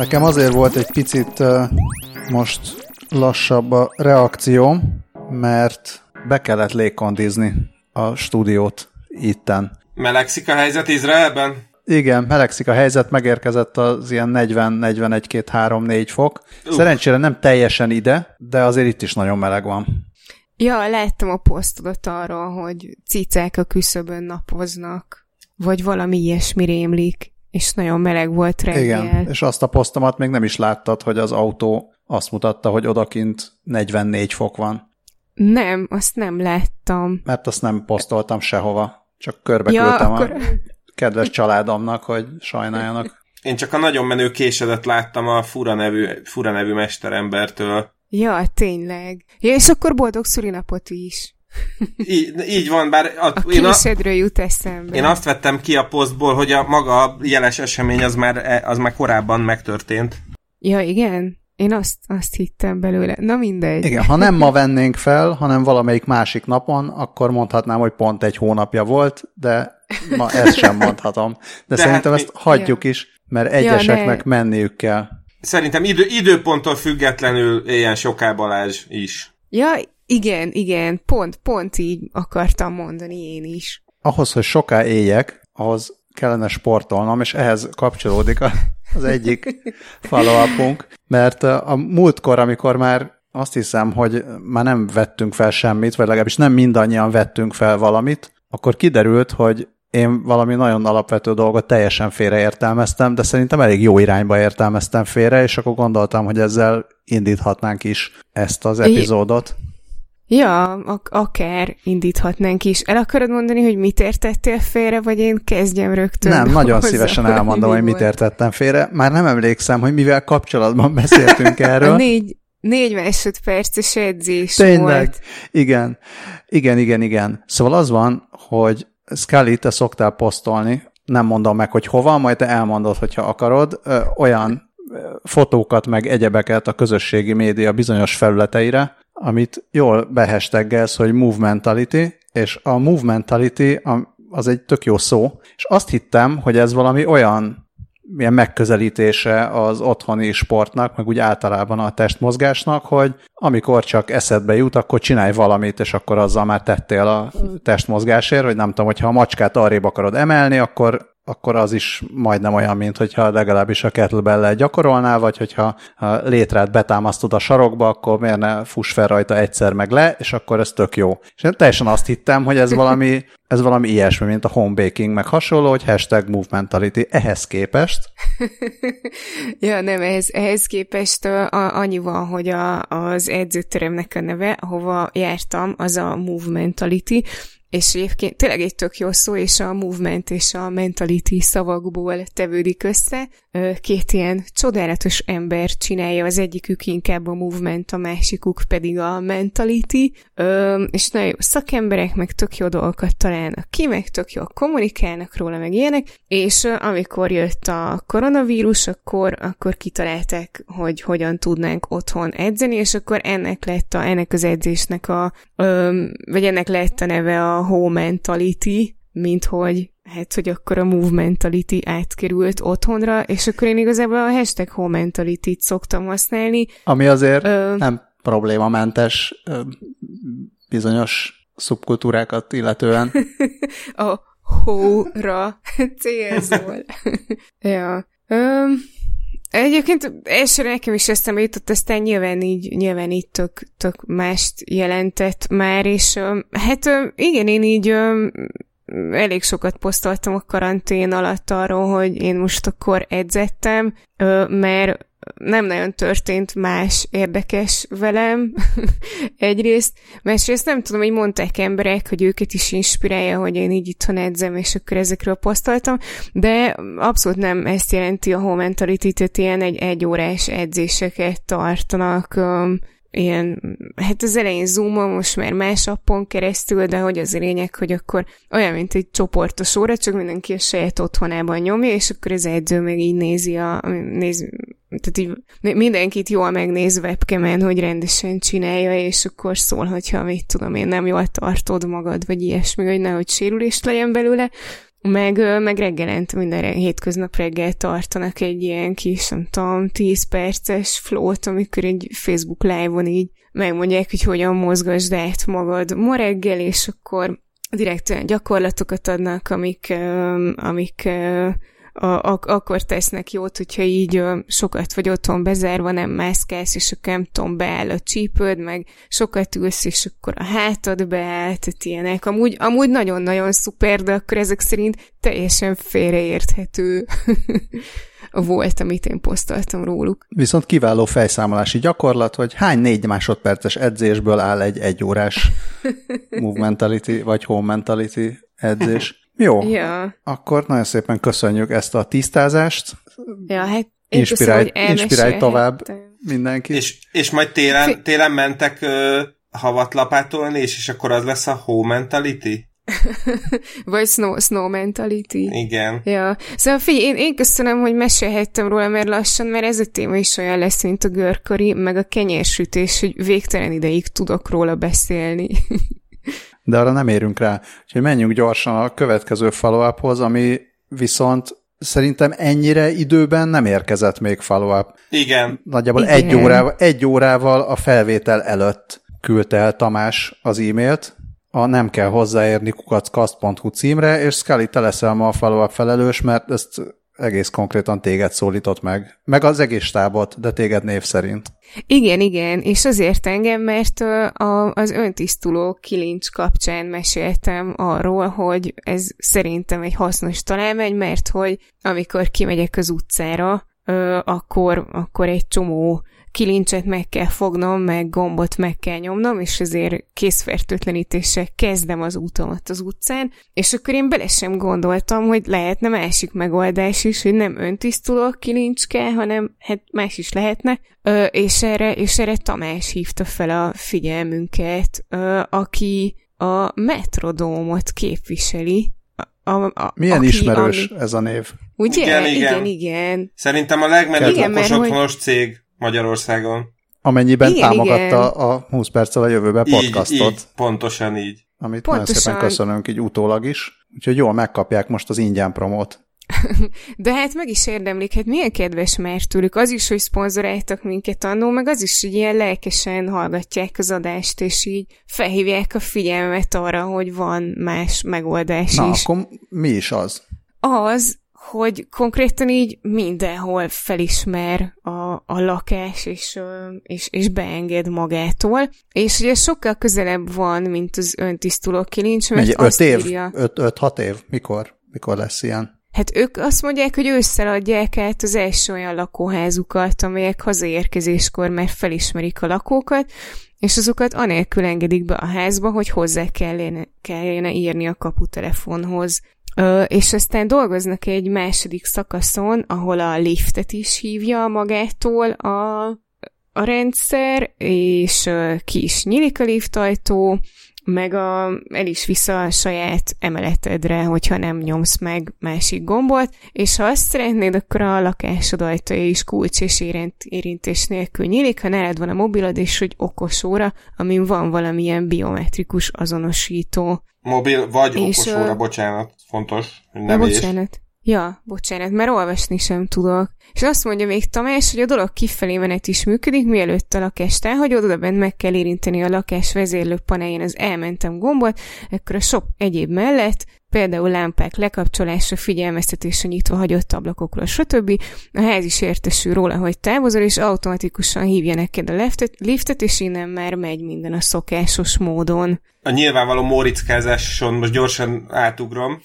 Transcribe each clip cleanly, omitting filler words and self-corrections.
Nekem azért volt egy picit most lassabb a reakcióm, mert be kellett légkondizni a stúdiót itten. Melegszik a helyzet Izraelben? Igen, melegszik a helyzet, megérkezett az ilyen 40-41-2-3-4 fok. Szerencsére nem teljesen ide, de azért itt is nagyon meleg van. Ja, láttam a posztodat arról, hogy cicák a küszöbön napoznak, vagy valami ilyesmi rémlik, és nagyon meleg volt reggel. Igen, és azt a posztomat még nem is láttad, hogy az autó azt mutatta, hogy odakint 44 fok van. Nem, azt nem láttam. Mert azt nem posztoltam sehova, csak körbeküldtem a kedves családomnak, hogy sajnáljanak. Én csak a nagyon menő késedet láttam a Fura nevű mesterembertől. Ja, tényleg. Ja, és akkor boldog szülinapot is. Így van, bár... A késedről jut eszembe. Én azt vettem ki a posztból, hogy a maga jeles esemény az már korábban megtörtént. Ja, igen? Én azt hittem belőle. Na mindegy. Igen, ha nem ma vennénk fel, hanem valamelyik másik napon, akkor mondhatnám, hogy pont egy hónapja volt, ma ezt sem mondhatom. De szerintem ezt hagyjuk is, mert egyeseknek menniük kell. Szerintem időponttól függetlenül éljen Soká Balázs is. Ja, igen, pont így akartam mondani én is. Ahhoz, hogy soká éljek, ahhoz kellene sportolnom, és ehhez kapcsolódik az egyik follow-upunk, mert a múltkor, amikor már azt hiszem, hogy már nem vettünk fel semmit, vagy legalábbis nem mindannyian vettünk fel valamit, akkor kiderült, hogy én valami nagyon alapvető dolgot teljesen félreértelmeztem, de szerintem elég jó irányba értelmeztem félre, és akkor gondoltam, hogy ezzel indíthatnánk is ezt az epizódot. Ja, akár indíthatnánk is. El akarod mondani, hogy mit értettél félre, vagy én kezdjem rögtön? Nem, nagyon szívesen elmondom, hogy mit értettem félre. Már nem emlékszem, hogy mivel kapcsolatban beszéltünk erről. A 4 másodperces edzés Tényleg, volt. Igen. Szóval az van, hogy Scully, te szoktál posztolni, nem mondom meg, hogy hova, majd te elmondod, hogyha akarod, olyan fotókat meg egyebeket a közösségi média bizonyos felületeire, amit jól behashtaggelsz, hogy movementality, és a movementality az egy tök jó szó, és azt hittem, hogy ez valami olyan ilyen megközelítése az otthoni sportnak, meg úgy általában a testmozgásnak, hogy amikor csak eszedbe jut, akkor csinálj valamit, és akkor azzal már tettél a testmozgásért, hogy nem tudom, hogyha a macskát arrébb akarod emelni, akkor az is majdnem olyan, mint hogyha legalábbis a kettlebell-lel gyakorolnál, vagy hogyha a létrát betámasztod a sarokba, akkor miért ne fuss fel rajta egyszer meg le, és akkor ez tök jó. És én teljesen azt hittem, hogy ez valami ilyesmi, mint a homebaking, meg hasonló, hogy #movementality. Ehhez képest. Ja, nem, ehhez képest annyi van, hogy az edzőteremnek a neve, ahova jártam, az a movementality, és egyébként tényleg egy tök jó szó, és a movement és a mentality szavakból tevődik össze. Két ilyen csodálatos ember csinálja, az egyikük inkább a movement, a másikuk pedig a mentality, és nagyon jó szakemberek, meg tök jó dolgokat találnak ki, meg tök jól kommunikálnak róla, meg ilyenek, és amikor jött a koronavírus, akkor kitalálták, hogy hogyan tudnánk otthon edzeni, és akkor ennek az edzésnek vagy ennek lett a neve a home mentality, mint hogy akkor a movementality átkerült otthonra, és akkor én igazából a #home mentality-t szoktam használni. Ami azért nem problémamentes bizonyos szubkultúrákat illetően. A hóra célzol. Ja. Egyébként elsőre nekem is eszembe jutott, aztán nyilván így tök mást jelentett már, és igen, én így elég sokat posztoltam a karantén alatt arról, hogy én most akkor edzettem, mert nem nagyon történt más érdekes velem egyrészt, másrészt nem tudom, hogy mondták emberek, hogy őket is inspirálja, hogy én így itthon edzem, és akkor ezekről posztoltam, de abszolút nem ezt jelenti a home mentality, tehát ilyen egy órás edzéseket tartanak, ilyen, az elején Zoom-on, most már más appon keresztül, de hogy az a lényeg, hogy akkor olyan, mint egy csoportos óra, csak mindenki a saját otthonában nyomja, és akkor az edző meg így nézi tehát így mindenkit jól megnéz webcamen, hogy rendesen csinálja, és akkor szól, hogyha mit tudom én, nem jól tartod magad, vagy ilyesmi, hogy nehogy sérülés legyen belőle. meg reggelente minden hétköznap reggel tartanak egy ilyen kis, nem tudom, 10 perces flót, amikor egy Facebook live-on így megmondják, hogy hogyan mozgasd át magad ma reggel, és akkor direkt olyan gyakorlatokat adnak, amik akkor tesznek jót, hogyha így sokat vagy otthon bezárva, nem mászkálsz, és akkor nem tudom, beáll a csípőd, meg sokat ülsz, és akkor a hátad beáll, tehát ilyenek. Amúgy nagyon-nagyon szuper, de akkor ezek szerint teljesen félreérthető volt, amit én posztoltam róluk. Viszont kiváló fejszámolási gyakorlat, hogy hány 4 másodperces edzésből áll egy 1 órás movementality vagy home mentality edzés. Jó, ja. Akkor nagyon szépen köszönjük ezt a tisztázást. Ja, hát inspirálj tovább mindenki. És majd télen mentek havatlapátolni, és akkor az lesz a home mentality? Vagy snow mentality. Igen. Ja. Szóval figyelj, én köszönöm, hogy mesélhettem róla, mert lassan, mert ez a téma is olyan lesz, mint a görkari, meg a kenyérsütés, hogy végtelen ideig tudok róla beszélni. De arra nem érünk rá. Úgyhogy menjünk gyorsan a következő follow-uphoz, ami viszont szerintem ennyire időben nem érkezett még follow-up. Igen. Nagyjából Igen. egy órával a felvétel előtt küldte el Tamás az e-mailt, a nem kell hozzáérni kukackast.hu címre, és Scully, te leszel ma a follow-up felelős, mert ezt egész konkrétan téged szólított meg az egész stábot, de téged név szerint. Igen, és azért engem, mert az öntisztuló kilincs kapcsán meséltem arról, hogy ez szerintem egy hasznos találmány, mert hogy amikor kimegyek az utcára, akkor egy csomó kilincset meg kell fognom, meg gombot meg kell nyomnom, és ezért készfertőtlenítéssel kezdem az útomat az utcán, és akkor én bele sem gondoltam, hogy lehetne másik megoldás is, hogy nem öntisztuló kilincs kell, hanem hát más is lehetne, és erre Tamás hívta fel a figyelmünket, aki a Metrodómot képviseli. Milyen ismerős ez a név? Ugye? Igen. Szerintem a legmenőbb okosotthonos cég Magyarországon. Amennyiben támogatta a 20 perccel a jövőbe podcastot. Így, pontosan így. Amit nagyon szépen köszönünk így utólag is. Úgyhogy jól megkapják most az ingyen promót. De hát meg is érdemlik, hát milyen kedves már tőlük. Az is, hogy szponzoráltak minket annó, meg az is, hogy ilyen lelkesen hallgatják az adást, és így felhívják a figyelmet arra, hogy van más megoldás is. Akkor mi is az? Az, hogy konkrétan így mindenhol felismer a lakás, és beenged magától, és ugye sokkal közelebb van, mint az öntisztuló kilincs, mert 5-6 év? Mikor lesz ilyen? Hát ők azt mondják, hogy ősszel adják át az első olyan lakóházukat, amelyek hazaérkezéskor már felismerik a lakókat, és azokat anélkül engedik be a házba, hogy hozzá kellene írni a kaputelefonhoz. És aztán dolgoznak egy második szakaszon, ahol a liftet is hívja magától a rendszer, és ki is nyílik a liftajtó, meg el is vissza a saját emeletedre, hogyha nem nyomsz meg másik gombot, és ha azt szeretnéd, akkor a lakásod ajtaja is kulcs és érintés nélkül nyílik, ha nálad van a mobilod, és hogy okos óra, amin van valamilyen biometrikus azonosító. Mobil vagy okos óra, bocsánat, fontos, hogy nem bocsánat, mert olvasni sem tudok. És azt mondja még Tamás, hogy a dolog kifelé menet is működik, mielőtt a lakást elhagyod, odabent meg kell érinteni a lakás vezérlő paneljén az elmentem gombot, akkor a sok egyéb mellett, például lámpák lekapcsolása, figyelmeztetése, nyitva hagyott ablakokról, stb. A ház is értesül róla, hogy távozol, és automatikusan hívja neked a liftet, és innen már megy minden a szokásos módon. A nyilvánvaló móriczkázáson most gyorsan átugrom.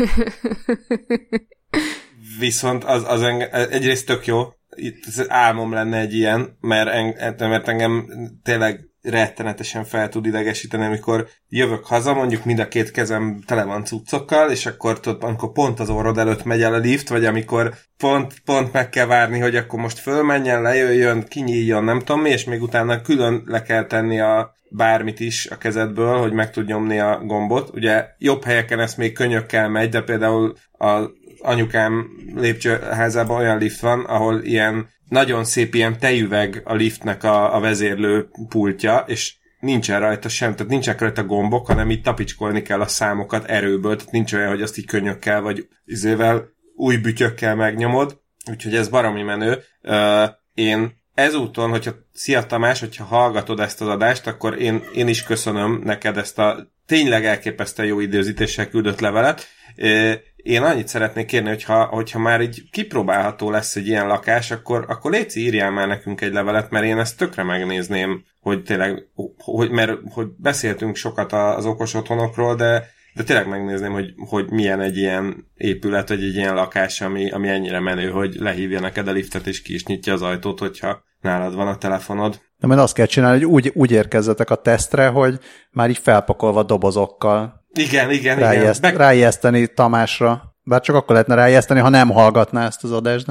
Viszont az egyrészt tök jó. Itt álmom lenne egy ilyen, mert engem tényleg rettenetesen fel tud idegesíteni, amikor jövök haza, mondjuk mind a két kezem tele van cuccokkal, és akkor tudod, amikor pont az orrod előtt megy el a lift, vagy amikor pont meg kell várni, hogy akkor most fölmenjen, lejöjjön, kinyíljon, nem tudom mi, és még utána külön le kell tenni bármit is a kezedből, hogy meg tud nyomni a gombot. Ugye jobb helyeken ezt még könnyökkel megy, de például az anyukám lépcsőházában olyan lift van, ahol ilyen nagyon szép ilyen tejüveg a liftnek a vezérlő pultja, és nincsen rajta sem, tehát nincsenek rajta gombok, hanem így tapicskolni kell a számokat erőből, tehát nincs olyan, hogy azt így könnyökkel, vagy új bütyökkel megnyomod, úgyhogy ez baromi menő. Én ezúton, szia Tamás, hogyha hallgatod ezt az adást, akkor én is köszönöm neked ezt a tényleg elképesztően jó időzítéssel küldött levelet. Én annyit szeretnék kérni, hogyha már így kipróbálható lesz egy ilyen lakás, akkor léci írjál már nekünk egy levelet, mert én ezt tökre megnézném, hogy tényleg, hogy beszéltünk sokat az okos otthonokról, de tényleg megnézném, hogy milyen egy ilyen épület, vagy egy ilyen lakás, ami ennyire menő, hogy lehívja neked a liftet, és ki is nyitja az ajtót, hogyha nálad van a telefonod. De majd azt kell csinálni, hogy úgy érkezzetek a tesztre, hogy már így felpakolva dobozokkal. Igen. Ráijeszteni Tamásra. Bár csak akkor lehetne ráijeszteni, ha nem hallgatná ezt az adást.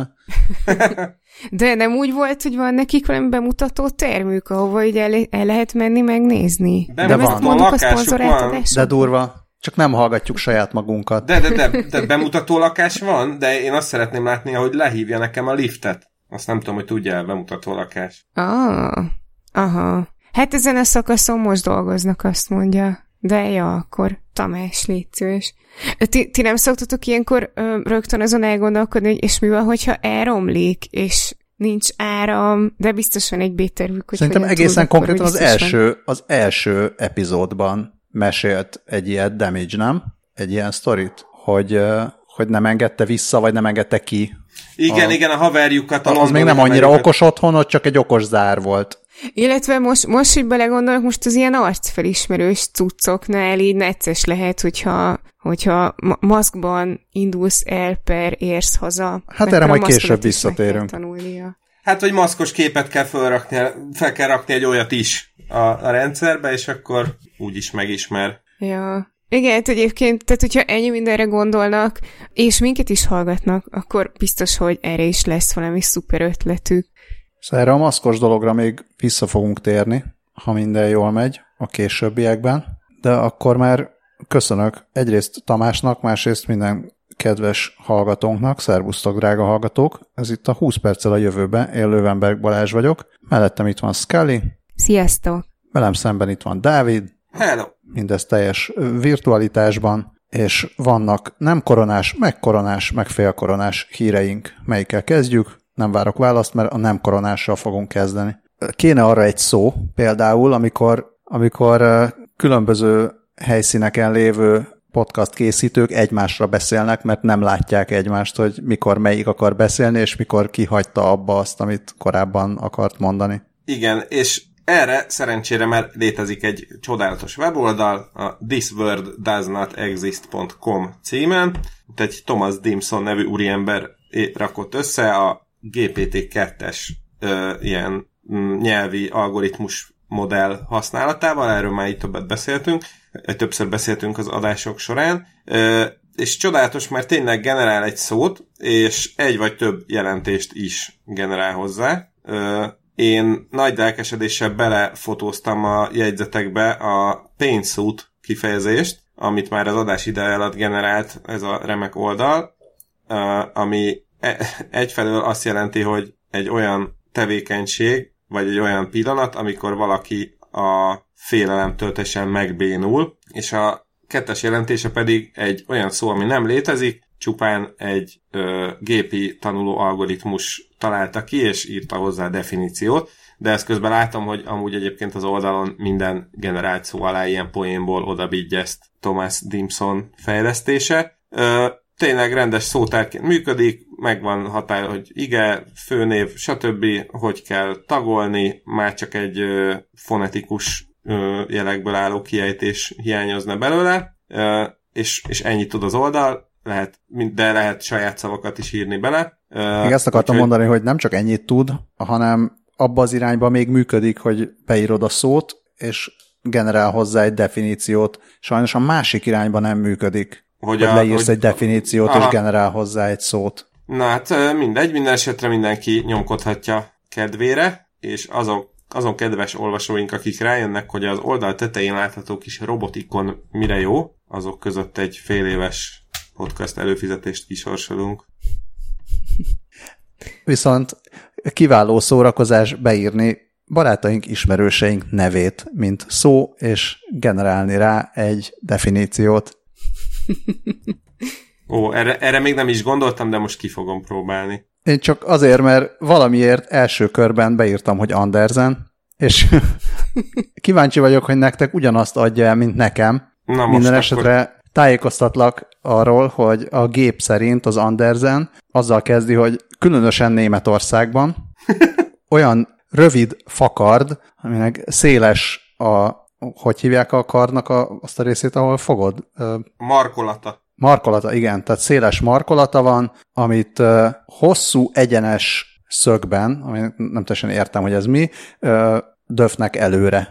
De nem úgy volt, hogy van nekik valami bemutató termük, ahova így el lehet menni megnézni? De van. Mondjuk a szponzorát. De durva. Csak nem hallgatjuk saját magunkat. De bemutató lakás van, de én azt szeretném látni, hogy lehívja nekem a liftet. Azt nem tudom, hogy tudja el bemutató lakás. Aha. Hát ezen a szakaszon most dolgoznak, azt mondja. De ja, akkor Tamás, légy szíves. Ti nem szoktatok ilyenkor rögtön azon elgondolkodni, hogy és mi van, hogyha elromlik, és nincs áram, de biztos van egy B-tervük, hogy szerintem egészen konkrétan az első epizódban mesélt egy ilyen Damage, nem? Egy ilyen sztorit, hogy nem engedte vissza, vagy nem engedte ki. Igen, a haverjukat. Az még nem annyira okos otthon, ott csak egy okos zár volt. Illetve most így belegondolok, most az ilyen arcfelismerős cuccoknál így necces lehet, hogyha maszkban indulsz el érsz haza. Hát erre majd később visszatérünk. Hát, hogy maszkos képet kell fel kell rakni egy olyat is a rendszerbe, és akkor úgyis megismer. Ja. Igen, hát egyébként, tehát hogyha ennyi mindenre gondolnak, és minket is hallgatnak, akkor biztos, hogy erre is lesz valami szuper ötletük. Szóval erre a maszkos dologra még vissza fogunk térni, ha minden jól megy a későbbiekben, de akkor már köszönök egyrészt Tamásnak, másrészt minden kedves hallgatónknak, szervusztok, drága hallgatók. Ez itt a 20 perccel a jövőben, én Löwenberg Balázs vagyok, mellettem itt van Scully. Sziasztok! Velem szemben itt van Dávid. Hello! Mindez teljes virtualitásban, és vannak nem koronás, meg félkoronás híreink. Melyikkel kezdjük? Nem várok választ, mert a nem koronással fogunk kezdeni. Kéne arra egy szó, például, amikor különböző helyszíneken lévő podcast készítők egymásra beszélnek, mert nem látják egymást, hogy mikor melyik akar beszélni, és mikor kihagyta abba azt, amit korábban akart mondani. Igen, és erre szerencsére már létezik egy csodálatos weboldal, a thisworlddoesnotexist.com címen, egy Thomas Dimson nevű úriember rakott össze a GPT-2-es ilyen nyelvi algoritmus modell használatával, erről már itt többször beszéltünk az adások során, és csodálatos, mert tényleg generál egy szót, és egy vagy több jelentést is generál hozzá. Én nagy lelkesedéssel belefotóztam a jegyzetekbe a paintsuit kifejezést, amit már az adás ideje alatt generált ez a remek oldal, ami egyfelől azt jelenti, hogy egy olyan tevékenység, vagy egy olyan pillanat, amikor valaki a félelemtől teljesen megbénul, és a kettes jelentése pedig egy olyan szó, ami nem létezik, csupán egy gépi tanuló algoritmus találta ki, és írta hozzá a definíciót, de ezt közben látom, hogy amúgy egyébként az oldalon minden generált szó alá ilyen poénból odabigyeszt Thomas Dimson fejlesztése. Tényleg rendes szótárként működik, megvan határ, hogy ige, főnév, stb., hogy kell tagolni, már csak egy fonetikus jelekből álló kiejtés hiányozna belőle, és ennyit tud az oldal, de lehet saját szavakat is írni bele. Még ezt akartam mondani, hogy nem csak ennyit tud, hanem abba az irányba még működik, hogy beírod a szót, és generál hozzá egy definíciót. Sajnos a másik irányba nem működik. Hogy leírsz egy definíciót, és generál hozzá egy szót. Na hát mindegy, minden esetre mindenki nyomkodhatja kedvére, és azon kedves olvasóink, akik rájönnek, hogy az oldal tetején látható kis robotikon mire jó, azok között egy fél éves podcast előfizetést kisorsolunk. Viszont kiváló szórakozás beírni barátaink, ismerőseink nevét, mint szó, és generálni rá egy definíciót. Ó, erre még nem is gondoltam, de most ki fogom próbálni. Én csak azért, mert valamiért első körben beírtam, hogy Andersen, és kíváncsi vagyok, hogy nektek ugyanazt adja el, mint nekem. Na Minden esetre tájékoztatlak arról, hogy a gép szerint az Andersen azzal kezdi, hogy különösen Németországban olyan rövid fakard, aminek széles hogy hívják a kardnak azt a részét, ahol fogod? Markolata. Markolata, igen. Tehát széles markolata van, amit hosszú, egyenes szögben, ami nem teljesen értem, hogy ez mi, döfnek előre.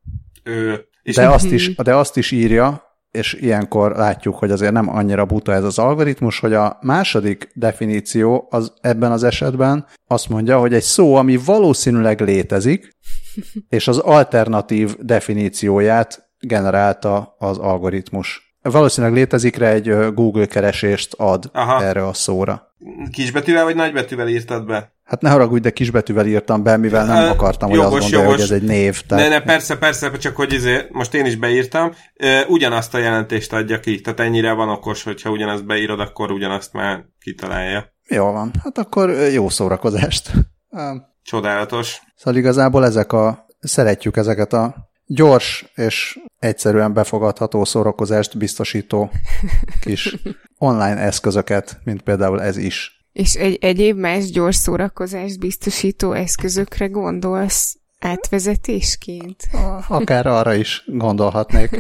De azt is írja, és ilyenkor látjuk, hogy azért nem annyira buta ez az algoritmus, hogy a második definíció ebben az esetben azt mondja, hogy egy szó, ami valószínűleg létezik, és az alternatív definícióját generálta az algoritmus. Valószínűleg létezikre egy Google keresést ad erre a szóra. Kisbetűvel vagy nagybetűvel írtad be? Hát ne haragudj, de kisbetűvel írtam be, mivel nem akartam, hogy azt gondolja, hogy ez egy név. Tehát... Ne, persze, csak hogy most én is beírtam, ugyanazt a jelentést adja ki, tehát ennyire van okos, hogyha ugyanazt beírod, akkor ugyanazt már kitalálja. Jó van, hát akkor jó szórakozást. Csodálatos. Szóval igazából szeretjük ezeket a gyors és egyszerűen befogadható szórakozást biztosító kis online eszközöket, mint például ez is. És egyéb más gyors szórakozást biztosító eszközökre gondolsz átvezetésként? Akár arra is gondolhatnék.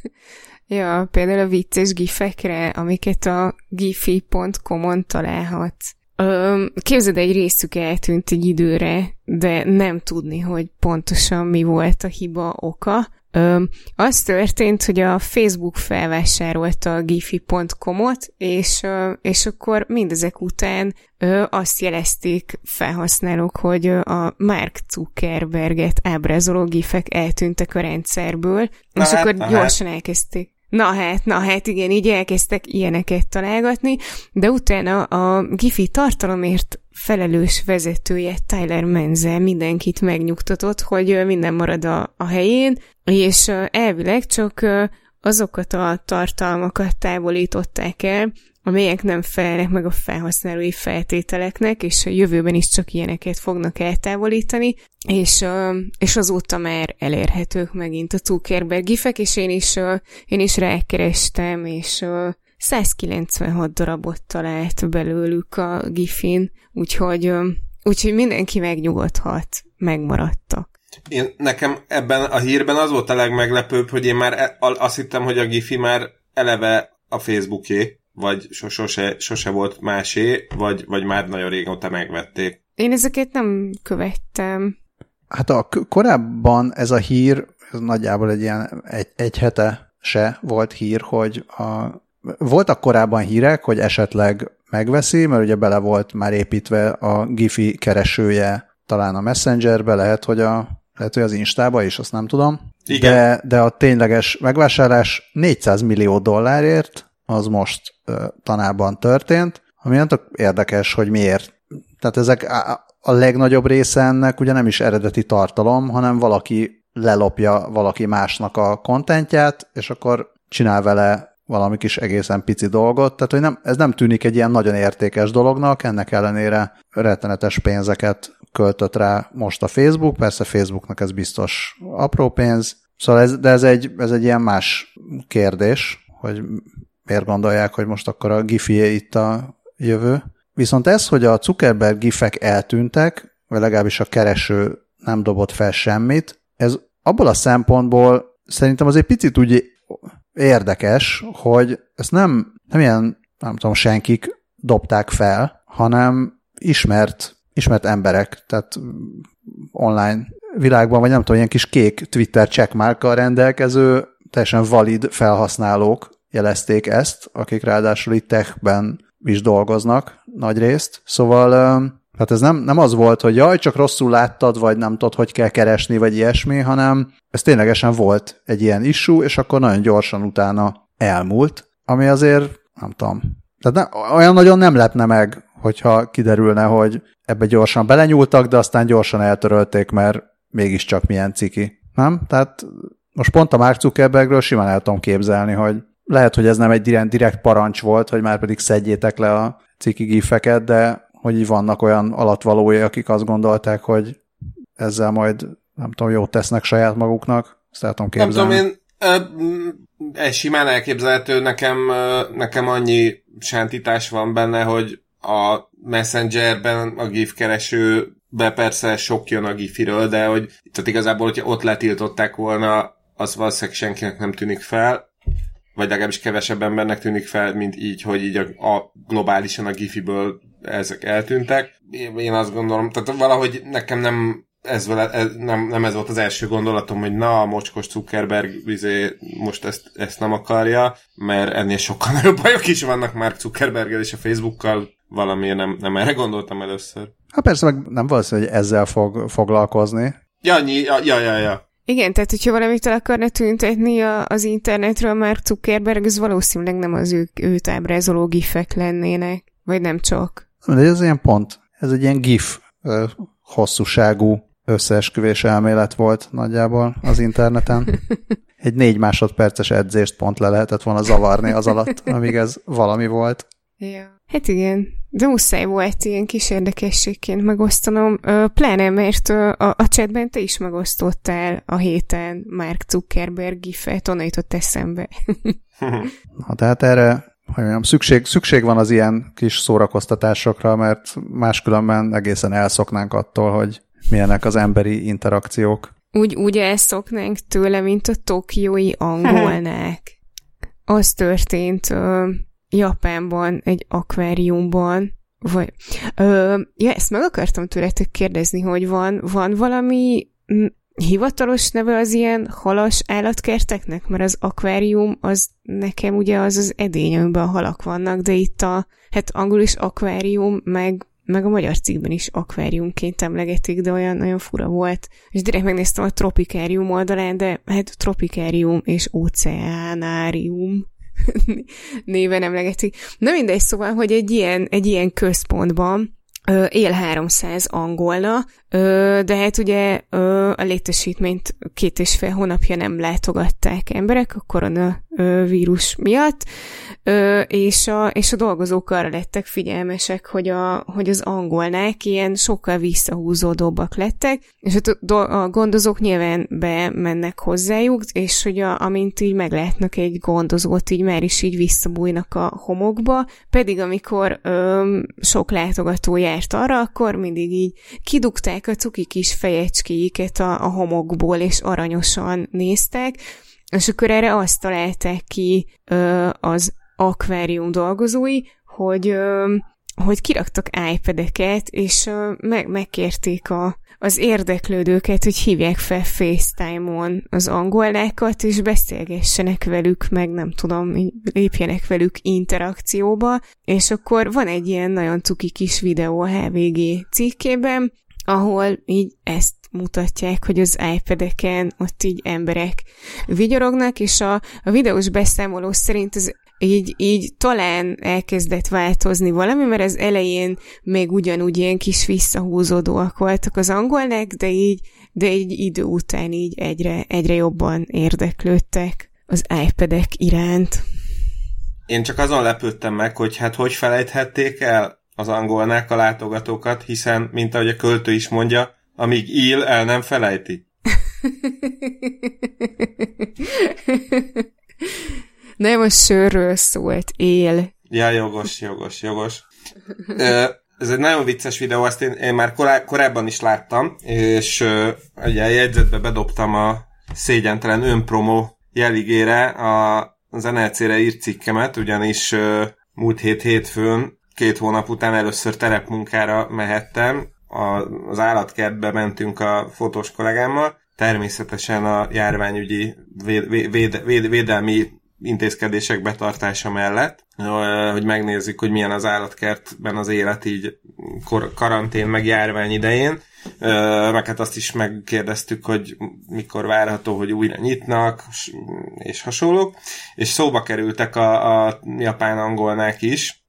Ja, például a vicces gifekre, amiket a gifi.com-on találhatsz. Képzeld, egy részük eltűnt egy időre, de nem tudni, hogy pontosan mi volt a hiba oka. Az történt, hogy a Facebook felvásárolta a gifi.com-ot, és akkor mindezek után azt jelezték felhasználók, hogy a Mark Zuckerberget ábrázoló gifek eltűntek a rendszerből, és akkor gyorsan elkezdték. Na hát, igen, így elkezdtek ilyeneket találgatni, de utána a Giphy tartalomért felelős vezetője, Tyler Menzel mindenkit megnyugtatott, hogy minden marad a helyén, és elvileg csak azokat a tartalmakat távolították el, amelyek nem felelnek meg a felhasználói feltételeknek, és a jövőben is csak ilyeneket fognak eltávolítani, és azóta már elérhetők megint a Zuckerberg gifek, és én is rákerestem, és 196 darabot talált belőlük a gifin, úgyhogy mindenki megnyugodhat, megmaradtak. Nekem ebben a hírben az volt a legmeglepőbb, hogy én már azt hittem, hogy a Giphy már eleve a Facebooké, vagy sose volt másé, vagy már nagyon régóta megvették. Én ezeket nem követtem. Hát korábban ez a hír, ez nagyjából egy ilyen egy hete se volt hír, hogy voltak korábban hírek, hogy esetleg megveszi, mert ugye bele volt már építve a Giphy keresője talán a Messengerbe, lehet, hogy az Instába is, azt nem tudom. De a tényleges megvásárlás $400 millió az most tanában történt, ami nem tök érdekes, hogy miért. Tehát ezek a legnagyobb része ennek ugye nem is eredeti tartalom, hanem valaki lelopja valaki másnak a kontentját, és akkor csinál vele valami kis egészen pici dolgot. Tehát, hogy ez nem tűnik egy ilyen nagyon értékes dolognak, ennek ellenére rettenetes pénzeket költött rá most a Facebook, persze Facebooknak ez biztos apró pénz, szóval ez egy ilyen más kérdés, hogy miért gondolják, hogy most akkor a Giphy itt a jövő. Viszont ez, hogy a Zuckerberg gifek eltűntek, vagy legalábbis a kereső nem dobott fel semmit, ez abból a szempontból szerintem az egy picit úgy érdekes, hogy ezt nem ilyen, nem tudom, senkik dobták fel, hanem ismert emberek, tehát online világban, vagy nem tudom, ilyen kis kék Twitter checkmarkkal rendelkező, teljesen valid felhasználók jelezték ezt, akik ráadásul itt techben is dolgoznak nagy részt. Szóval hát ez nem az volt, hogy jaj, csak rosszul láttad, vagy nem tudod, hogy kell keresni, vagy ilyesmi, hanem ez ténylegesen volt egy ilyen issue, és akkor nagyon gyorsan utána elmúlt, ami azért, nem tudom, tehát olyan nagyon nem lepne meg, hogyha kiderülne, hogy ebbe gyorsan belenyúltak, de aztán gyorsan eltörölték, mert mégiscsak milyen ciki. Nem? Tehát most pont a Mark Zuckerbergről simán el tudom képzelni, hogy lehet, hogy ez nem egy direkt parancs volt, hogy már pedig szedjétek le a ciki gifeket, de hogy így vannak olyan alatvalói, akik azt gondolták, hogy ezzel majd, nem tudom, jót tesznek saját maguknak. Ezt el tudom képzelni. Nem tudom, én ez simán elképzelhető, nekem annyi sántítás van benne, hogy a Messengerben a GIF keresőbe persze sok jön a GIF-iről, de hogy tehát igazából, hogyha ott letiltották volna, az valószínűleg senkinek nem tűnik fel, vagy legalábbis kevesebb embernek tűnik fel, mint így, hogy így a globálisan a GIF-iből ezek eltűntek. Én azt gondolom, tehát valahogy nekem nem ez volt az első gondolatom, hogy na, a mocskos Zuckerberg most ezt nem akarja, mert ennél sokkal nagyobb bajok is vannak Mark Zuckerberggel és a Facebookkal, valamiért nem erre gondoltam először. Hát persze, meg nem valószínű, hogy ezzel fog foglalkozni. Ja. Igen, tehát hogyha valamit el akarna tüntetni az internetről Mark Zuckerberg, az valószínűleg nem az őt ábrázoló gifek lennének, vagy nem csak. De ez ilyen pont, ez egy ilyen gif hosszúságú összeesküvés elmélet volt nagyjából az interneten. Egy 4 másodperces edzést pont le lehetett volna zavarni az alatt, amíg ez valami volt. Ja. Hát igen, de muszáj volt ilyen kis érdekességként megosztanom, pláne mert a chatben te is megosztottál a héten Mark Zuckerberg gifet, onnan jutott eszembe. Na, tehát erre hogy mondjam, szükség van az ilyen kis szórakoztatásokra, mert máskülönben egészen elszoknánk attól, hogy milyenek az emberi interakciók. Úgy elszoknánk tőle, mint a tokiói angolnák. Az történt Japánban, egy akváriumban, vagy... ezt meg akartam tőletek kérdezni, hogy van valami hivatalos neve az ilyen halas állatkerteknek? Mert az akvárium, az nekem ugye az edény, amiben a halak vannak, de itt hát angol is akvárium, meg a magyar cikkben is akváriumként emlegetik, de olyan fura volt. És direkt megnéztem a tropikárium oldalán, de hát tropikárium és óceánárium néven emlegetik. Na mindegy, szóval, hogy egy ilyen központban él 300 angolna, de hát ugye a létesítményt 2,5 hónapja nem látogatták emberek a koronavírus miatt, és a dolgozók arra lettek figyelmesek, hogy az angolnák ilyen sokkal visszahúzódóbbak lettek, és a gondozók nyilván bemennek hozzájuk, és hogy amint így meglátnak egy gondozót, így már is így visszabújnak a homokba, pedig amikor sok látogató járt arra, akkor mindig így kidugták a cuki kis fejecskéiket a homokból, és aranyosan néztek, és akkor erre azt találták ki az akvárium dolgozói, hogy kiraktak iPad-eket, és megkérték az érdeklődőket, hogy hívják fel FaceTime-on az angolnákat, és beszélgessenek velük, meg nem tudom, lépjenek velük interakcióba, és akkor van egy ilyen nagyon cuki kis videó a HVG cikkében, ahol így ezt mutatják, hogy az iPad-eken ott így emberek vigyorognak, és a videós beszámoló szerint ez így talán elkezdett változni valami, mert az elején még ugyanúgy ilyen kis visszahúzódóak voltak az angolnák, de így idő után így egyre jobban érdeklődtek az iPad-ek iránt. Én csak azon lepődtem meg, hogy hát hogy felejthették el az angolnák a látogatókat, hiszen, mint ahogy a költő is mondja, amíg él, el nem felejti. Nem, a sörről szólt, él. Ja, jogos. Ez egy nagyon vicces videó, azt én már korábban is láttam, és ugye a jegyzetbe bedobtam a szégyentelen önpromo jeligére az NLC-re írt cikkemet, ugyanis múlt hétfőn, 2 hónap után először terepmunkára mehettem, az állatkertbe mentünk a fotós kollégámmal, természetesen a járványügyi védelmi intézkedések betartása mellett, hogy megnézzük, hogy milyen az állatkertben az élet így karantén meg járvány idején, meg hát azt is megkérdeztük, hogy mikor várható, hogy újra nyitnak, és hasonlók, és szóba kerültek a japán angolnák is,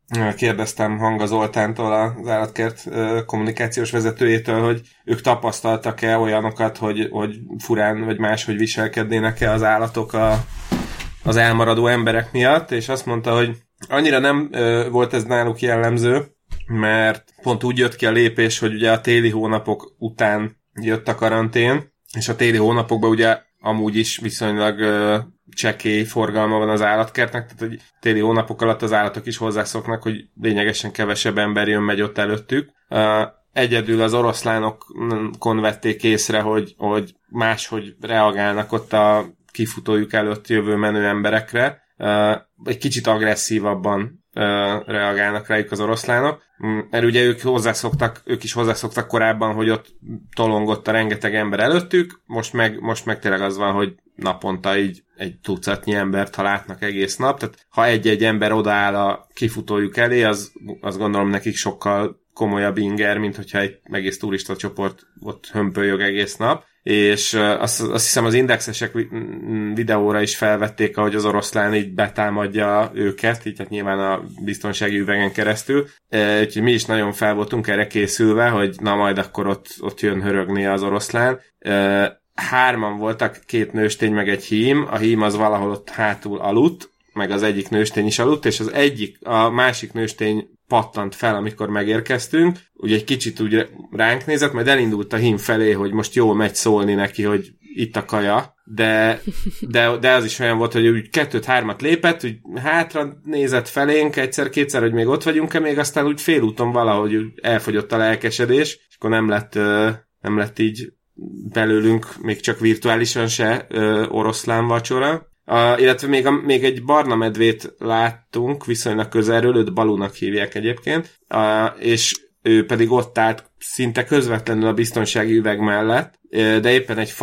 kérdeztem Hanga Zoltántól, az állatkert kommunikációs vezetőjétől, hogy ők tapasztaltak-e olyanokat, hogy furán vagy máshogy viselkednének-e az állatok az elmaradó emberek miatt, és azt mondta, hogy annyira nem volt ez náluk jellemző, mert pont úgy jött ki a lépés, hogy ugye a téli hónapok után jött a karantén, és a téli hónapokban ugye amúgy is viszonylag csekély forgalma van az állatkertnek, tehát hogy téli hónapok alatt az állatok is hozzászoknak, hogy lényegesen kevesebb ember jön-megy ott előttük. Egyedül az oroszlánokon vették észre, hogy máshogy reagálnak ott a kifutójuk előtt jövő menő emberekre. Egy kicsit agresszívabban reagálnak rájuk az oroszlánok. Mert ugye ők is hozzászoktak korábban, hogy ott tolongott a rengeteg ember előttük, most meg tényleg az van, hogy naponta így egy tucatnyi embert, ha látnak egész nap, tehát ha egy-egy ember odaáll a kifutójuk elé, azt gondolom nekik sokkal komolyabb inger, mint hogyha egy egész turista csoport ott hömpölyög egész nap. És azt hiszem az indexesek videóra is felvették, ahogy az oroszlán így betámadja őket, így hát nyilván a biztonsági üvegen keresztül. Úgyhogy mi is nagyon fel voltunk erre készülve, hogy na majd akkor ott jön hörögni az oroszlán. 3 voltak, 2 nőstény meg egy hím. A hím az valahol ott hátul aludt, meg az egyik nőstény is aludt, és a másik nőstény pattant fel, amikor megérkeztünk, ugye egy kicsit úgy ránk nézett, majd elindult a hím felé, hogy most jól megy szólni neki, hogy itt a kaja, de az is olyan volt, hogy úgy 2-3 lépett, úgy hátra nézett felénk egyszer-kétszer, hogy még ott vagyunk-e, még aztán úgy félúton valahogy elfogyott a lelkesedés, és akkor nem lett így belőlünk még csak virtuálisan se oroszlán vacsora. Illetve még egy barna medvét láttunk viszonylag közelről, őt Balúnak hívják egyébként, és ő pedig ott állt szinte közvetlenül a biztonsági üveg mellett, de éppen egy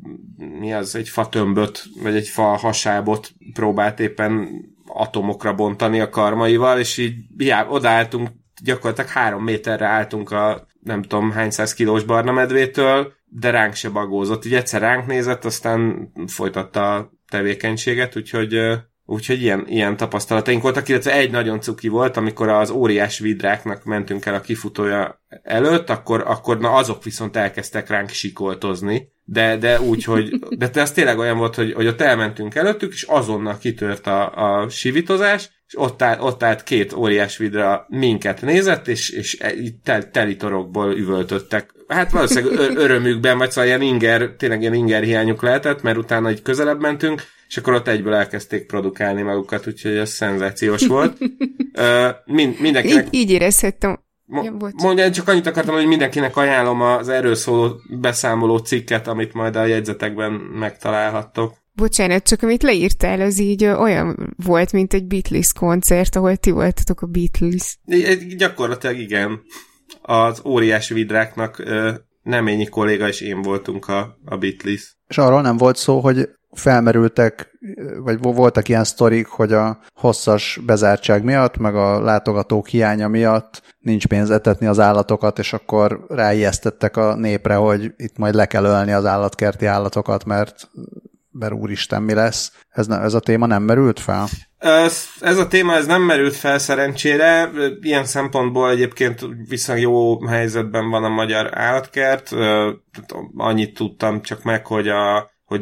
fa tömböt, vagy egy fa hasábot próbált éppen atomokra bontani a karmaival, és így odaálltunk, gyakorlatilag 3 méterre álltunk a nem tudom hány 100 kilós barna medvétől, de ránk se bagózott. Így egyszer ránk nézett, aztán folytatta a tevékenységet, úgyhogy ilyen tapasztalataink voltak, illetve egy nagyon cuki volt, amikor az óriás vidráknak mentünk el a kifutója előtt, akkor na azok viszont elkezdtek ránk sikoltozni, de úgy, hogy de ez tényleg olyan volt, hogy ott elmentünk előttük, és azonnal kitört a sivitozás, és ott állt 2 óriás vidra minket nézett, és teli torokból üvöltöttek. Hát valószínűleg örömükben, vagy szóval tényleg ilyen inger hiányuk lehetett, mert utána így közelebb mentünk, és akkor ott egyből elkezdték produkálni magukat, úgyhogy ez szenzációs volt. Mindenkinek... Így érezhettem. Mondja, csak annyit akartam, hogy mindenkinek ajánlom az erről szóló beszámoló cikket, amit majd a jegyzetekben megtalálhattok. Bocsánat, csak amit leírtál, az így olyan volt, mint egy Beatles koncert, ahol ti voltatok a Beatles. Gyakorlatilag igen. Az óriás vidráknak Neményi kolléga és én voltunk a Beatles. És arról nem volt szó, hogy felmerültek, vagy voltak ilyen sztorik, hogy a hosszas bezártság miatt, meg a látogatók hiánya miatt nincs pénz etetni az állatokat, és akkor ráijesztettek a népre, hogy itt majd le kell ölni az állatkerti állatokat, mert úristen, mi lesz? Ez a téma nem merült fel? Ez a téma nem merült fel szerencsére. Ilyen szempontból egyébként viszonylag jó helyzetben van a magyar állatkert. Annyit tudtam csak meg, hogy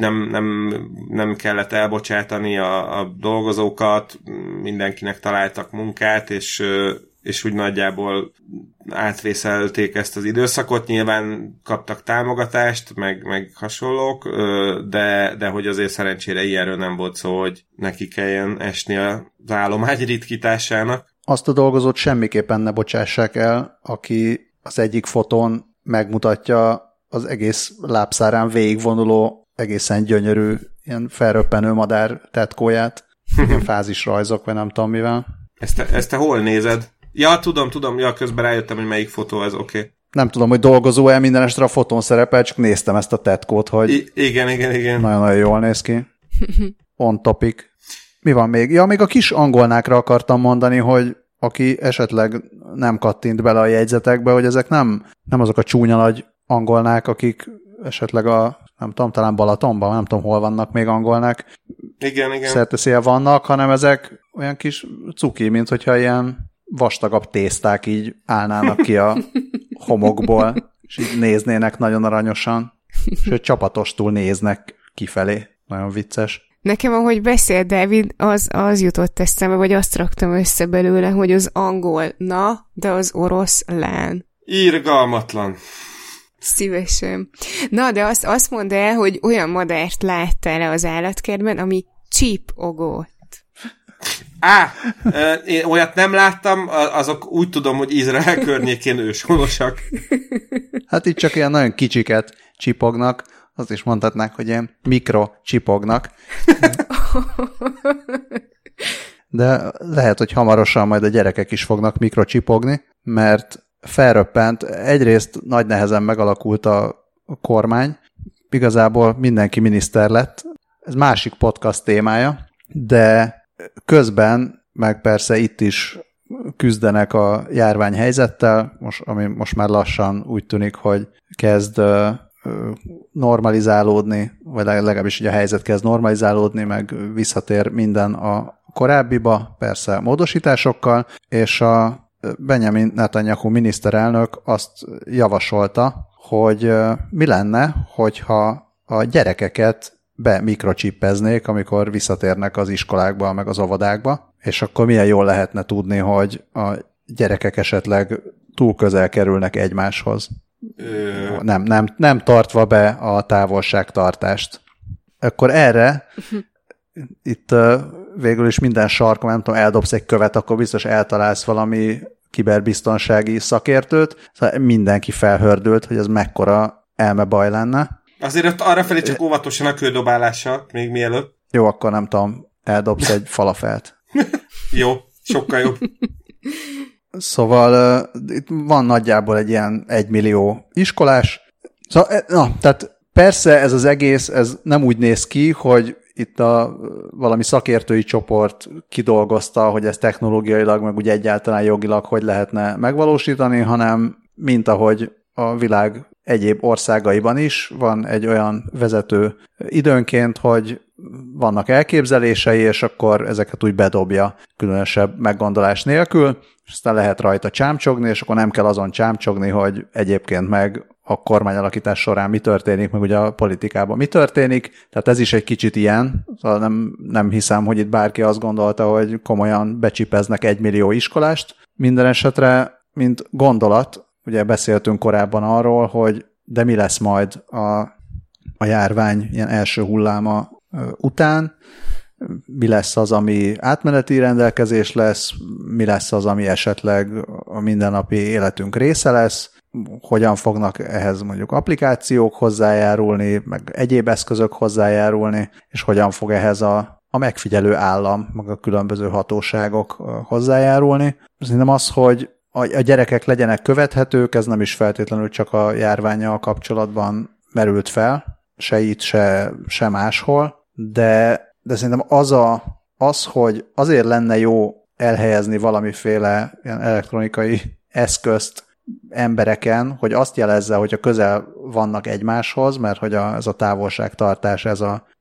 nem kellett elbocsátani a dolgozókat, mindenkinek találtak munkát, és úgy nagyjából átvészelték ezt az időszakot, nyilván kaptak támogatást, meg hasonlók, de hogy azért szerencsére ilyenről nem volt szó, hogy neki kelljen esni az állomány ritkításának. Azt a dolgozót semmiképpen ne bocsássák el, aki az egyik fotón megmutatja az egész lábszárán végigvonuló, egészen gyönyörű, ilyen felröppenő madár tetkóját, ilyen fázisrajzok, vagy nem tudom mivel. Ezt te hol nézed? Ja, tudom, közben rájöttem, hogy melyik fotó ez, oké. Nem tudom, hogy dolgozó-e, minden estre a fotón szerepel, csak néztem ezt a tetkót, hogy... Igen. Nagyon-nagyon jól néz ki. On topic. Mi van még? Ja, még a kis angolnákra akartam mondani, hogy aki esetleg nem kattint bele a jegyzetekbe, hogy ezek nem azok a csúnya nagy angolnák, akik esetleg nem tudom, talán Balatonban, nem tudom, hol vannak még angolnák. Igen. Szerteszél vannak, hanem ezek olyan kis cuki, mint hogyha ilyen vastagabb tészták így állnának ki a homokból, és így néznének nagyon aranyosan, és csapatostul néznek kifelé. Nagyon vicces. Nekem, ahogy beszél Dávid, az jutott eszembe, vagy azt raktam össze belőle, hogy az angol na, de az orosz lán. Irgalmatlan. Szívesen. Na, de azt mondd el, hogy olyan madárt láttál az állatkertben, ami csípogott. Én olyat nem láttam, azok úgy tudom, hogy Izrael környékén őshonosak. Hát itt csak ilyen nagyon kicsiket csipognak, azt is mondhatnák, hogy ilyen mikrocsipognak. De lehet, hogy hamarosan majd a gyerekek is fognak mikrocsipogni, mert felröppent, egyrészt nagy nehezen megalakult a kormány, igazából mindenki miniszter lett, ez másik podcast témája, de közben, meg persze itt is küzdenek a járványhelyzettel, ami most már lassan úgy tűnik, hogy kezd normalizálódni, vagy legalábbis ugye a helyzet kezd normalizálódni, meg visszatér minden a korábbiba, persze módosításokkal, és a Benjamin Netanyahu miniszterelnök azt javasolta, hogy mi lenne, hogyha a gyerekeket bemikrocsipeznék, amikor visszatérnek az iskolákba, meg az óvodákba, és akkor milyen jól lehetne tudni, hogy a gyerekek esetleg túl közel kerülnek egymáshoz. Nem tartva be a távolságtartást. Akkor erre itt végül is minden sarkon, nem tudom, eldobsz egy követ, akkor biztos eltalálsz valami kiberbiztonsági szakértőt. Szóval mindenki felhördült, hogy ez mekkora elmebaj lenne. Azért ott arrafelé csak óvatosan a kődobálással, még mielőtt. Jó, akkor nem tudom, eldobsz egy falafelt. Jó, sokkal jobb. Szóval itt van nagyjából egy ilyen 1 millió iskolás. Szóval, tehát persze ez az egész, ez nem úgy néz ki, hogy itt valami szakértői csoport kidolgozta, hogy ez technológiailag, meg úgy egyáltalán jogilag hogy lehetne megvalósítani, hanem mint ahogy a világ egyéb országaiban is van egy olyan vezető időnként, hogy vannak elképzelései, és akkor ezeket úgy bedobja különösebb meggondolás nélkül, és aztán lehet rajta csámcsogni, és akkor nem kell azon csámcsogni, hogy egyébként meg a kormányalakítás során mi történik, meg ugye a politikában mi történik. Tehát ez is egy kicsit ilyen. Szóval nem hiszem, hogy itt bárki azt gondolta, hogy komolyan becsipeznek 1 millió iskolást. Minden esetre, mint gondolat, ugye beszéltünk korábban arról, hogy de mi lesz majd a járvány ilyen első hulláma után, mi lesz az, ami átmeneti rendelkezés lesz, mi lesz az, ami esetleg a mindennapi életünk része lesz, hogyan fognak ehhez mondjuk applikációk hozzájárulni, meg egyéb eszközök hozzájárulni, és hogyan fog ehhez a megfigyelő állam, meg a különböző hatóságok hozzájárulni. Szerintem az, hogy a gyerekek legyenek követhetők, ez nem is feltétlenül csak a járvánnyal kapcsolatban merült fel, se itt, se máshol, de szerintem az, hogy azért lenne jó elhelyezni valamiféle ilyen elektronikai eszközt embereken, hogy azt jelezze, hogy a közel vannak egymáshoz, mert hogy ez a távolságtartás, ez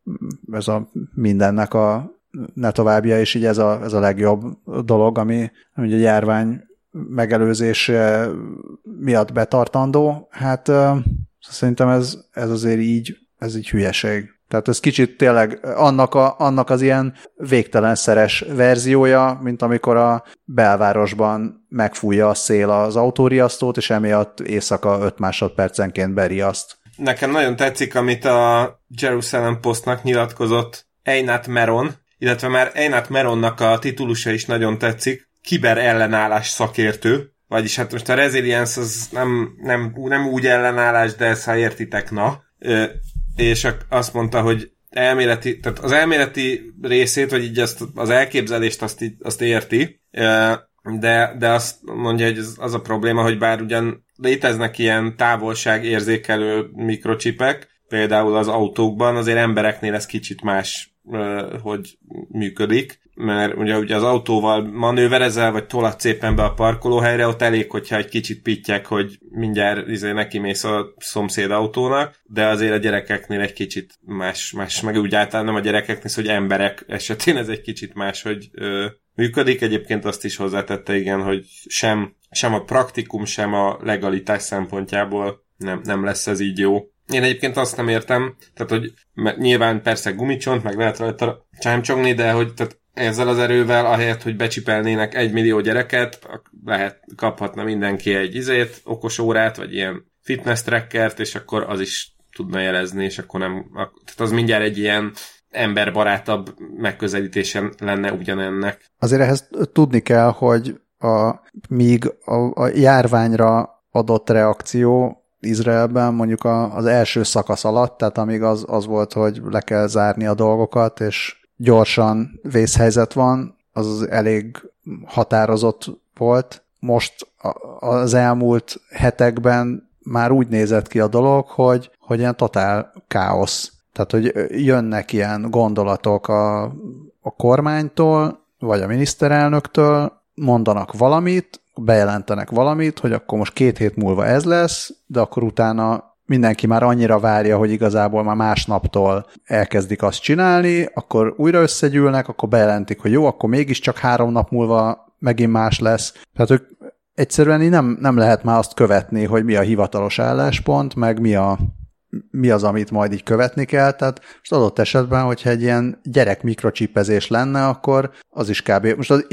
a mindennek a ne továbbja, és így ez a legjobb dolog, ami ugye a járvány megelőzése miatt betartandó. Hát szerintem ez azért így hülyeség. Tehát ez kicsit tényleg annak az ilyen végtelenszeres verziója, mint amikor a belvárosban megfújja a szél az autóriasztót, és emiatt éjszaka 5 másodpercenként beriaszt. Nekem nagyon tetszik, amit a Jerusalem Postnak nyilatkozott Einat Meron, illetve már Einat Meronnak a titulusa is nagyon tetszik, kiber ellenállás szakértő, vagyis hát most a resilience az nem úgy ellenállás, de ezt ha értitek, na. És azt mondta, hogy tehát az elméleti részét, vagy így az elképzelést azt érti, de azt mondja, hogy az a probléma, hogy bár ugyan léteznek ilyen távolságérzékelő mikrocsipek, például az autókban, azért embereknél ez kicsit más hogy működik, mert ugye az autóval manőverezel, vagy tolatsz szépen be a parkolóhelyre, ott elég, hogyha egy kicsit pittyek, hogy mindjárt neki mész a szomszéd autónak, de azért a gyerekeknél egy kicsit más meg úgy általán nem a gyerekeknél, hogy emberek esetén ez egy kicsit más, hogy működik. Egyébként azt is hozzátette, igen, hogy sem a praktikum, sem a legalitás szempontjából nem lesz ez így jó. Én egyébként azt nem értem, tehát hogy nyilván persze gumicsont, meg lehet rajta csámcsogni, de hogy tehát ezzel az erővel, ahelyett, hogy becsipelnének 1 millió gyereket, kaphatna mindenki egy okos órát, vagy ilyen fitness trackert, és akkor az is tudna jelezni, és akkor tehát az mindjárt egy ilyen emberbarátabb megközelítésen lenne ugyanennek. Azért ehhez tudni kell, hogy míg a járványra adott reakció Izraelben mondjuk az első szakasz alatt, tehát amíg az volt, hogy le kell zárni a dolgokat, és gyorsan vészhelyzet van, az elég határozott volt. Most az elmúlt hetekben már úgy nézett ki a dolog, hogy ilyen totál káosz. Tehát, hogy jönnek ilyen gondolatok a kormánytól, vagy a miniszterelnöktől, mondanak valamit, bejelentenek valamit, hogy akkor most 2 hét múlva ez lesz, de akkor utána mindenki már annyira várja, hogy igazából már másnaptól elkezdik azt csinálni, akkor újra összegyűlnek, akkor bejelentik, hogy jó, akkor mégiscsak 3 nap múlva megint más lesz. Tehát ők egyszerűen nem lehet már azt követni, hogy mi a hivatalos álláspont, meg mi az, amit majd így követni kell. Tehát most adott esetben, hogyha egy ilyen gyerek mikrocsipezés lenne, akkor az is kb. Most az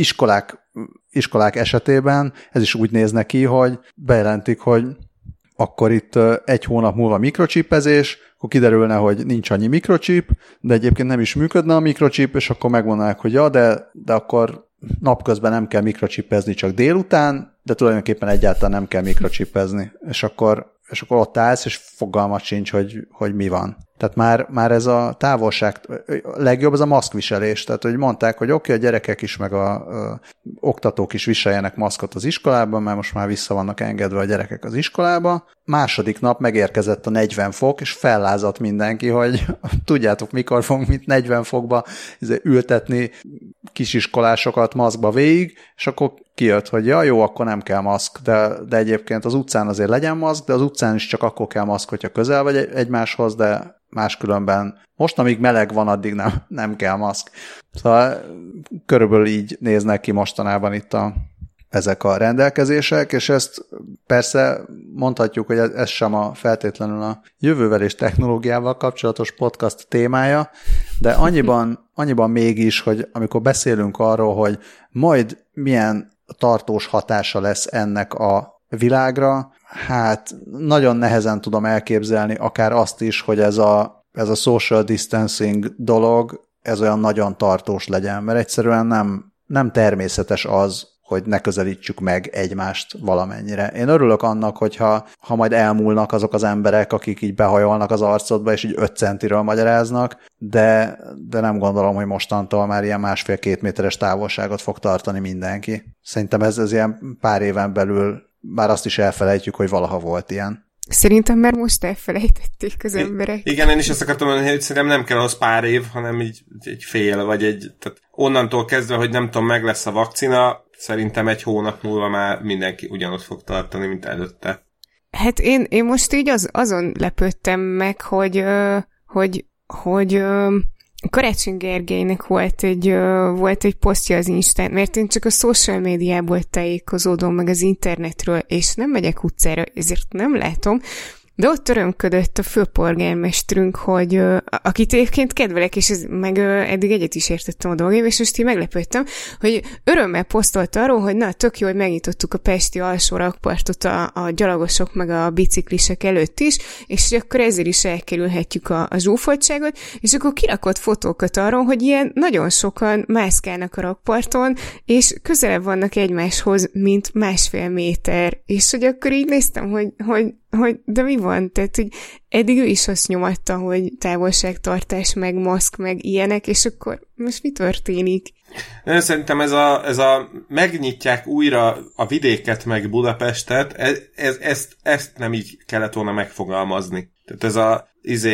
iskolák esetében ez is úgy néz neki, hogy bejelentik, hogy akkor itt 1 hónap múlva mikrocsipezés, akkor kiderülne, hogy nincs annyi mikrocsip, de egyébként nem is működne a mikrocsip, és akkor megmondanák, hogy ja, de akkor napközben nem kell mikrocsipezni, csak délután, de tulajdonképpen egyáltalán nem kell mikrocsipezni. És akkor ott állsz, és fogalmat sincs, hogy mi van. Tehát már ez a távolság, legjobb az a maszkviselés. Tehát, hogy mondták, hogy oké, a gyerekek is, meg a oktatók is viseljenek maszkot az iskolában, mert most már vissza vannak engedve a gyerekek az iskolába. Második nap megérkezett a 40 fok, és fellázadt mindenki, hogy tudjátok, mikor fogunk mit 40 fokba ültetni kisiskolásokat maszkba végig, és akkor kijött, hogy ja, jó, akkor nem kell maszk, de egyébként az utcán azért legyen maszk, de az utcán is csak akkor kell maszk, hogyha közel vagy egymáshoz, de máskülönben most, amíg meleg van, addig nem kell maszk. Szóval körülbelül így néznek ki mostanában itt ezek a rendelkezések, és ezt persze mondhatjuk, hogy ez sem feltétlenül a jövővel és technológiával kapcsolatos podcast témája, de annyiban mégis, hogy amikor beszélünk arról, hogy majd milyen tartós hatása lesz ennek a világra, hát nagyon nehezen tudom elképzelni akár azt is, hogy ez a social distancing dolog, ez olyan nagyon tartós legyen, mert egyszerűen nem természetes az, hogy ne közelítsük meg egymást valamennyire. Én örülök annak, hogyha majd elmúlnak azok az emberek, akik így behajolnak az arcodba, és így 5 centiről magyaráznak, de nem gondolom, hogy mostantól már ilyen 1,5-2 méteres távolságot fog tartani mindenki. Szerintem ez ilyen pár éven belül már azt is elfelejtjük, hogy valaha volt ilyen. Szerintem már most elfelejtették az emberek. Igen, én is azt akartam mondani, hogy szerintem nem kell az pár év, hanem így egy fél, vagy tehát onnantól kezdve, hogy nem tudom, meg lesz a vakcina, szerintem 1 hónap múlva már mindenki ugyanott fog tartani, mint előtte. Hát én most így azon lepődtem meg, hogy Karácsony Gergelynek volt egy posztja az Instán, mert én csak a social médiából tájékozódom meg az internetről, és nem megyek utcára, ezért nem látom, de ott örömködött a főpolgármesterünk, hogy akit egyébként kedvelek, és meg eddig egyet is értettem a dolgével, és most így meglepődtem, hogy örömmel posztolt arról, hogy na, tök jó, hogy megnyitottuk a pesti alsó rakpartot a gyalogosok meg a biciklisek előtt is, és hogy akkor ezért is elkerülhetjük a zsúfoltságot, és akkor kirakott fotókat arról, hogy ilyen nagyon sokan mászkálnak a rakparton, és közelebb vannak egymáshoz, mint 1,5 méter, és hogy akkor így néztem, hogy de mi van? Tehát, hogy eddig ő is azt nyomatta, hogy távolságtartás, meg maszk, meg ilyenek, és akkor most mi történik? Én szerintem ez a megnyitják újra a vidéket, meg Budapestet, ezt nem így kellett volna megfogalmazni. Tehát ez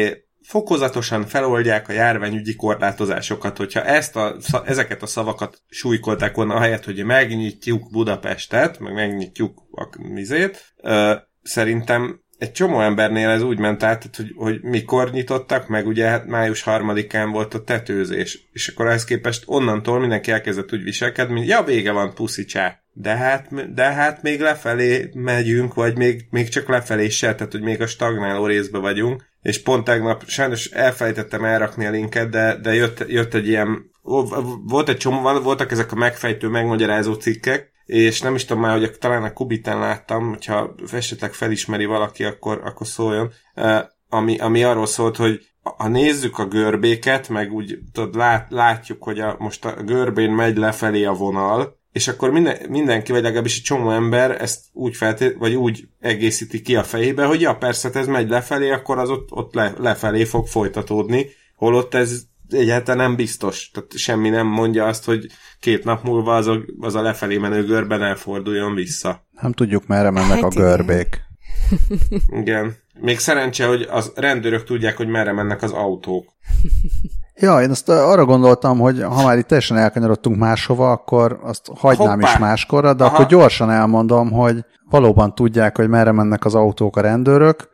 fokozatosan feloldják a járványügyi korlátozásokat, hogyha ezeket a szavakat súlykolták volna, ahelyett, hogy megnyitjuk Budapestet, meg megnyitjuk a vizét, szerintem egy csomó embernél ez úgy ment át, hogy mikor nyitottak, meg ugye hát május 3-án volt a tetőzés, és akkor ehhez képest onnantól mindenki elkezdett úgy viselkedni, ja, vége van, puszi csá. De hát még lefelé megyünk, vagy még csak lefelé se, tehát hogy még a stagnáló részbe vagyunk, és pont tegnap sajnos elfelejtettem elrakni a linket, de jött egy ilyen, volt egy csomó, voltak ezek a megfejtő, megmagyarázó cikkek, és nem is tudom már, hogy talán a Kubiten láttam, hogyha esetleg felismeri valaki, akkor szóljon, ami arról szólt, hogy ha nézzük a görbéket, meg úgy tudod, látjuk, hogy most a görbén megy lefelé a vonal, és akkor mindenki, vagy legalábbis egy csomó ember ezt úgy úgy egészíti ki a fejébe, hogy ja, persze, ez megy lefelé, akkor az ott lefelé fog folytatódni, holott ez egyáltalán nem biztos. Tehát semmi nem mondja azt, hogy 2 nap múlva az a lefelé menő görben elforduljon vissza. Nem tudjuk, merre mennek a görbék. Igen. Még szerencse, hogy az rendőrök tudják, hogy merre mennek az autók. Ja, én azt arra gondoltam, hogy ha már itt teljesen elkanyarodtunk máshova, akkor azt hagynám is máskorra, de akkor gyorsan elmondom, hogy valóban tudják, hogy merre mennek az autók, a rendőrök.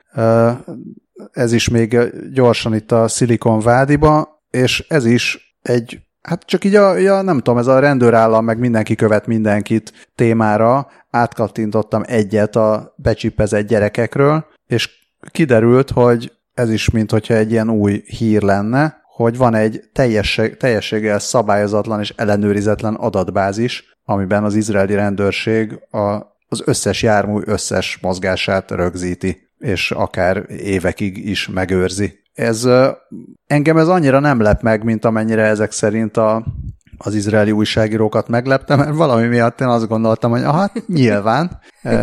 Ez is még gyorsan itt a Silicon Valley-ba, és ez is egy, hát csak így nem tudom, ez a rendőrállam, meg mindenki követ mindenkit témára, átkattintottam egyet a becsipezett gyerekekről, és kiderült, hogy ez is, mint hogyha egy ilyen új hír lenne, hogy van egy teljességgel szabályozatlan és ellenőrizetlen adatbázis, amiben az izraeli rendőrség az összes jármű összes mozgását rögzíti, és akár évekig is megőrzi. Engem ez annyira nem lep meg, mint amennyire ezek szerint az izraeli újságírókat meglepte, mert valami miatt én azt gondoltam, hogy nyilván.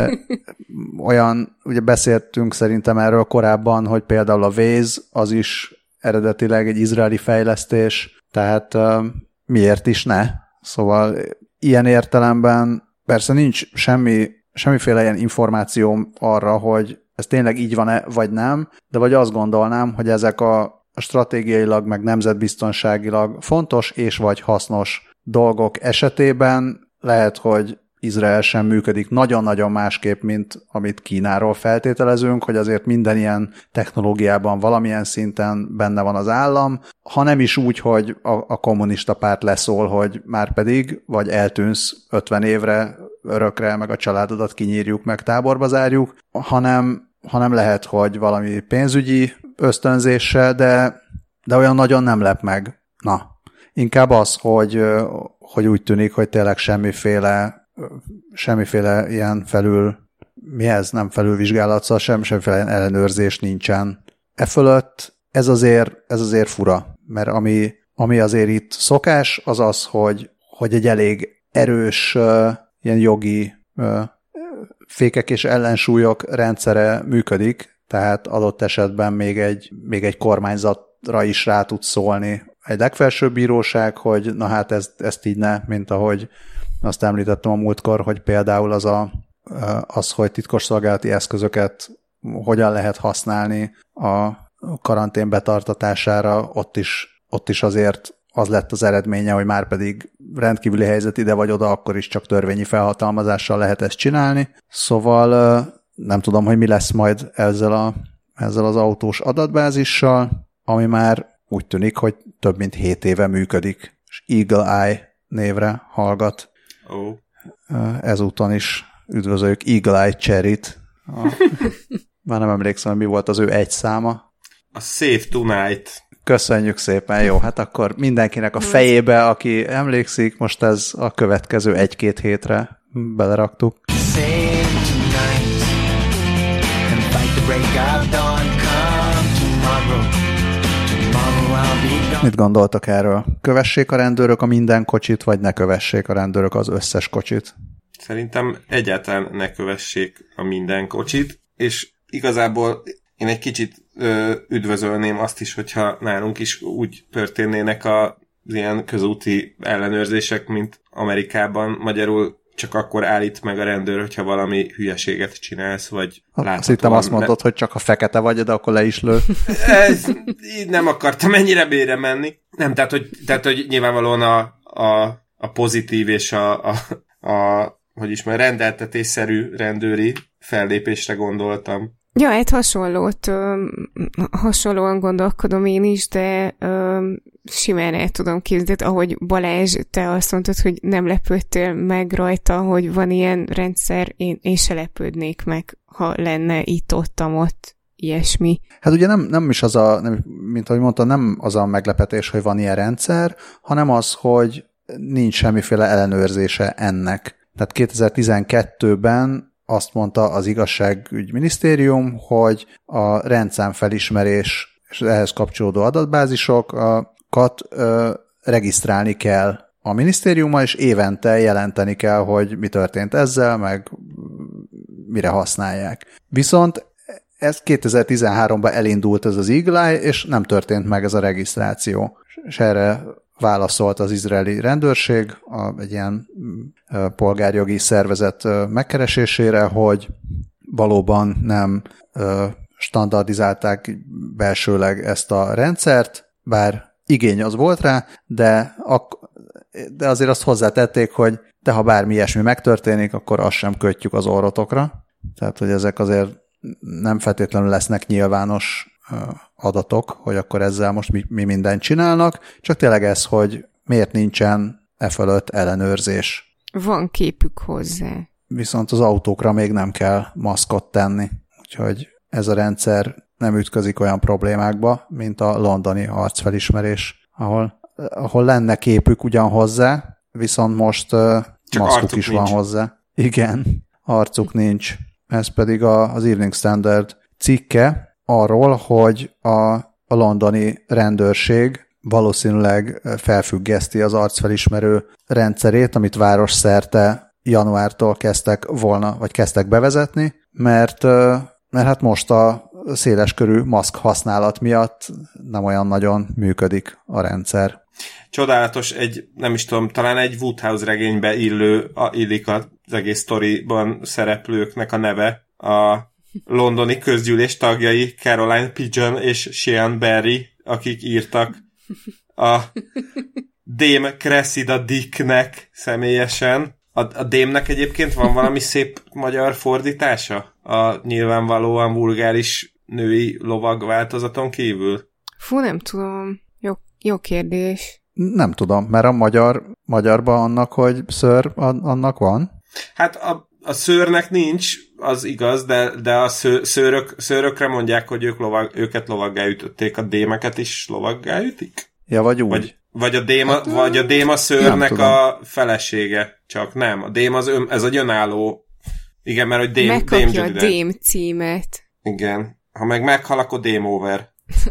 Ugye beszéltünk szerintem erről korábban, hogy például a Waze az is eredetileg egy izraeli fejlesztés, tehát miért is ne? Szóval ilyen értelemben persze nincs semmiféle ilyen információm arra, hogy ez tényleg így van-e, vagy nem, de vagy azt gondolnám, hogy ezek a stratégiailag, meg nemzetbiztonságilag fontos és vagy hasznos dolgok esetében lehet, hogy Izrael sem működik nagyon-nagyon másképp, mint amit Kínáról feltételezünk, hogy azért minden ilyen technológiában valamilyen szinten benne van az állam, ha nem is úgy, hogy a kommunista párt leszól, hogy már pedig, vagy eltűnsz 50 évre, örökre, meg a családodat kinyírjuk, meg táborba zárjuk, hanem lehet, hogy valami pénzügyi ösztönzéssel, de olyan nagyon nem lep meg. Na, inkább az, hogy úgy tűnik, hogy tényleg semmiféle ilyen nem felülvizsgálat, szóval semmiféle ilyen ellenőrzés nincsen. E fölött ez azért fura, mert ami azért itt szokás, az az, hogy egy elég erős ilyen jogi fékek és ellensúlyok rendszere működik, tehát adott esetben még egy kormányzatra is rá tud szólni egy legfelsőbb bíróság, hogy na hát ezt így ne, mint ahogy azt említettem a múltkor, hogy például az, hogy titkosszolgálati eszközöket hogyan lehet használni a karantén betartatására, ott is azért az lett az eredménye, hogy már pedig rendkívüli helyzet ide vagy oda, akkor is csak törvényi felhatalmazással lehet ezt csinálni. Szóval nem tudom, hogy mi lesz majd ezzel az autós adatbázissal, ami már úgy tűnik, hogy több mint 7 éve működik, és Eagle Eye névre hallgat. Oh. Ezúton is üdvözöljük Eagle Eye Cherryt. Már nem emlékszem, mi volt az ő egy száma. A Save Tonight. Köszönjük szépen, jó, hát akkor mindenkinek a fejébe, aki emlékszik, most ez a következő 1-2 hétre beleraktuk. Save tonight and fight the break of dawn, come tomorrow. Mit gondoltak erről? Kövessék a rendőrök a minden kocsit, vagy ne kövessék a rendőrök az összes kocsit? Szerintem egyáltalán ne kövessék a minden kocsit, és igazából én egy kicsit üdvözölném azt is, hogyha nálunk is úgy történnének az ilyen közúti ellenőrzések, mint Amerikában, magyarul csak akkor állít meg a rendőr, hogyha valami hülyeséget csinálsz, vagy láthatóan... Azt hittem azt mondod, hogy csak ha fekete vagy, de akkor le is lő. Így nem akartam ennyire mélyre menni. Nem, tehát, hogy nyilvánvalóan a pozitív és hogy is már rendeltetésszerű rendőri fellépésre gondoltam. Ja, egy hasonlóan gondolkodom én is, de simán el tudom képzelni, ahogy Balázs, te azt mondtad, hogy nem lepődtél meg rajta, hogy van ilyen rendszer, én se lepődnék meg, ha lenne itt-ott ilyesmi. Hát ugye nem is az mint ahogy mondtam, nem az a meglepetés, hogy van ilyen rendszer, hanem az, hogy nincs semmiféle ellenőrzése ennek. Tehát 2012-ben azt mondta az igazságügyminisztérium, hogy a rendszámfelismerés és ehhez kapcsolódó adatbázisokat regisztrálni kell a minisztériummal, és évente jelenteni kell, hogy mi történt ezzel, meg mire használják. Viszont ez 2013-ban elindult ez az Eagle Eye, és nem történt meg ez a regisztráció. És erre válaszolt az izraeli rendőrség egy ilyen polgárjogi szervezet megkeresésére, hogy valóban nem standardizálták belsőleg ezt a rendszert, bár igény az volt rá, de azért azt hozzátették, hogy de ha bármi ilyesmi megtörténik, akkor azt sem kötjük az orrotokra. Tehát, hogy ezek azért nem feltétlenül lesznek nyilvános adatok, hogy akkor ezzel most mi mindent csinálnak, csak tényleg ez, hogy miért nincsen e fölött ellenőrzés. Van képük hozzá. Viszont az autókra még nem kell maszkot tenni, úgyhogy ez a rendszer nem ütközik olyan problémákba, mint a londoni arcfelismerés, ahol lenne képük ugyan hozzá, viszont most maszkuk is van hozzá. Igen, arcuk nincs. Ez pedig az Evening Standard cikke arról, hogy a londoni rendőrség valószínűleg felfüggeszti az arcfelismerő rendszerét, amit városszerte januártól kezdtek bevezetni, mert hát most a széleskörű maszk használat miatt nem olyan nagyon működik a rendszer. Csodálatos, nem is tudom, talán egy Woodhouse regénybe illik az egész sztoriban szereplőknek a neve. A londoni közgyűlés tagjai Caroline Pigeon és Sean Barry, akik írtak a Dame Cressida Dicknek személyesen. A Dame-nek egyébként van valami szép magyar fordítása? A nyilvánvalóan vulgáris női lovag változaton kívül? Fú, nem tudom. Jó kérdés. Nem tudom, mert a magyarban annak, hogy szőr, annak van? Hát a szőrnek nincs, az igaz, de a szőrökre mondják, hogy őket lovaggá ütötték, a démeket is lovaggá ütik? Ja, vagy úgy. Vagy a déma szőrnek a felesége, csak nem. A dém ez egy önálló. Igen, mert hogy megkapja a dém címet. Igen. Ha meg meghal, akkor game over.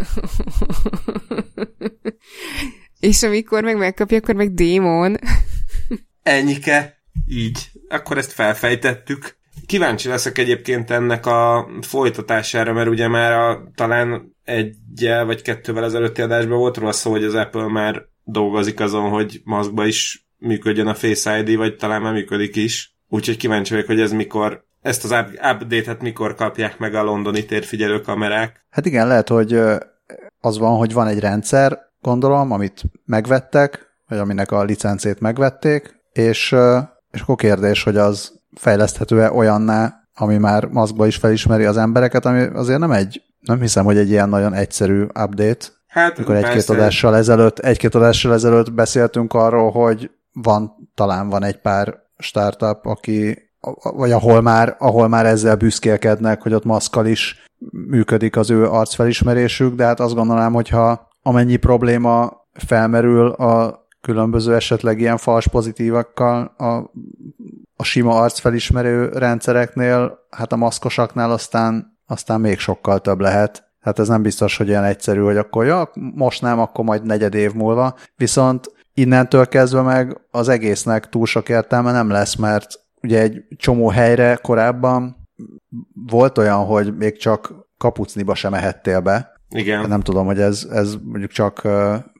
És amikor meg megkapja, akkor meg démon. Ennyike. Így. Akkor ezt felfejtettük. Kíváncsi leszek egyébként ennek a folytatására, mert ugye már talán egyel vagy kettővel ezelőtti adásban volt róla szó, hogy az Apple már dolgozik azon, hogy maszkba is működjön a Face ID, vagy talán már működik is. Úgyhogy kíváncsi vagyok, hogy ez mikor, ezt az update-et mikor kapják meg a londoni térfigyelő kamerák. Hát igen, lehet, hogy az van, hogy van egy rendszer, gondolom, amit megvettek, vagy aminek a licencét megvették, és akkor kérdés, hogy az fejleszthető-e olyanná, ami már maszkba is felismeri az embereket, ami azért nem hiszem, hogy egy ilyen nagyon egyszerű update. Hát, amikor egy-két adással ezelőtt beszéltünk arról, hogy talán van egy pár startup, vagy ahol már ezzel büszkélkednek, hogy ott maszkkal is működik az ő arcfelismerésük, de hát azt gondolom, hogyha amennyi probléma felmerül a különböző esetleg ilyen fals pozitívakkal a sima arcfelismerő rendszereknél, hát a maszkosaknál aztán még sokkal több lehet. Hát ez nem biztos, hogy olyan egyszerű, hogy akkor most nem, akkor majd 4 év múlva. Viszont innentől kezdve meg az egésznek túl sok értelme nem lesz, mert ugye egy csomó helyre korábban volt olyan, hogy még csak kapucniba sem mehettél be. Igen. Nem tudom, hogy ez mondjuk csak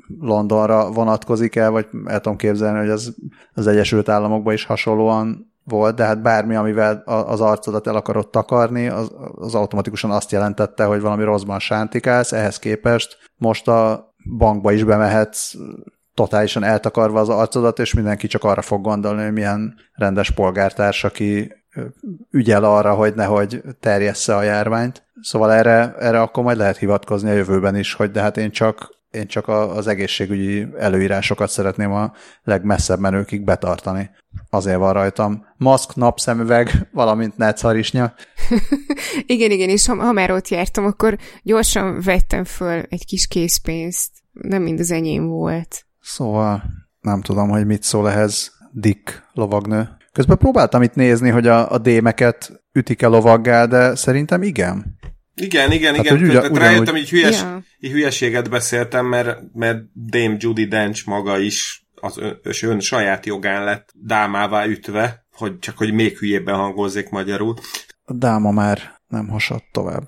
Londonra vonatkozik el, vagy el tudom képzelni, hogy az Egyesült Államokban is hasonlóan volt, de hát bármi, amivel az arcodat el akarod takarni, az automatikusan azt jelentette, hogy valami rosszban sántikálsz, ehhez képest most a bankba is bemehetsz totálisan eltakarva az arcodat, és mindenki csak arra fog gondolni, hogy milyen rendes polgártárs, aki ügyel arra, hogy nehogy terjessze a járványt. Szóval erre akkor majd lehet hivatkozni a jövőben is, hogy de hát én csak az egészségügyi előírásokat szeretném a legmesszebb menőkig betartani. Azért van rajtam maszk, napszemüveg, valamint netszharisnya. Igen, és ha már ott jártam, akkor gyorsan vettem föl egy kis készpénzt. Nem mind az enyém volt. Szóval nem tudom, hogy mit szól ehhez Dick lovagnő. Közben próbáltam itt nézni, hogy a démeket ütik-e lovaggá, de szerintem igen. Igen. Tehát rájöttem, hogy hülyeséget beszéltem, mert Dame Judi Dench maga is az ön saját jogán lett dámává ütve, hogy még hülyébben hangozzék magyarul. A dáma már nem hasadt tovább.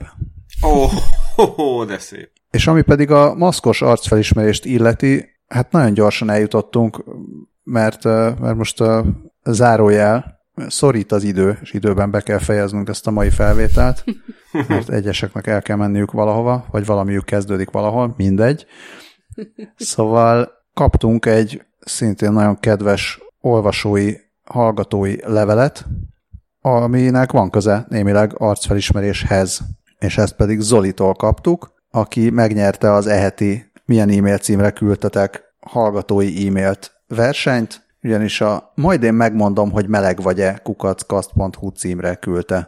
De szép. És ami pedig a maszkos arcfelismerést illeti, hát nagyon gyorsan eljutottunk, mert most zárójel, szorít az idő, és időben be kell fejeznünk ezt a mai felvételt, mert egyeseknek el kell menniük valahova, vagy valamiük kezdődik valahol, mindegy. Szóval kaptunk egy szintén nagyon kedves olvasói, hallgatói levelet, aminek van köze némileg arcfelismeréshez, és ezt pedig Zolitól kaptuk, aki megnyerte az eheti milyen e-mail címre küldtetek hallgatói e-mailt versenyt, ugyanis a majd én megmondom, hogy meleg vagy-e kukackast.hu címre küldte.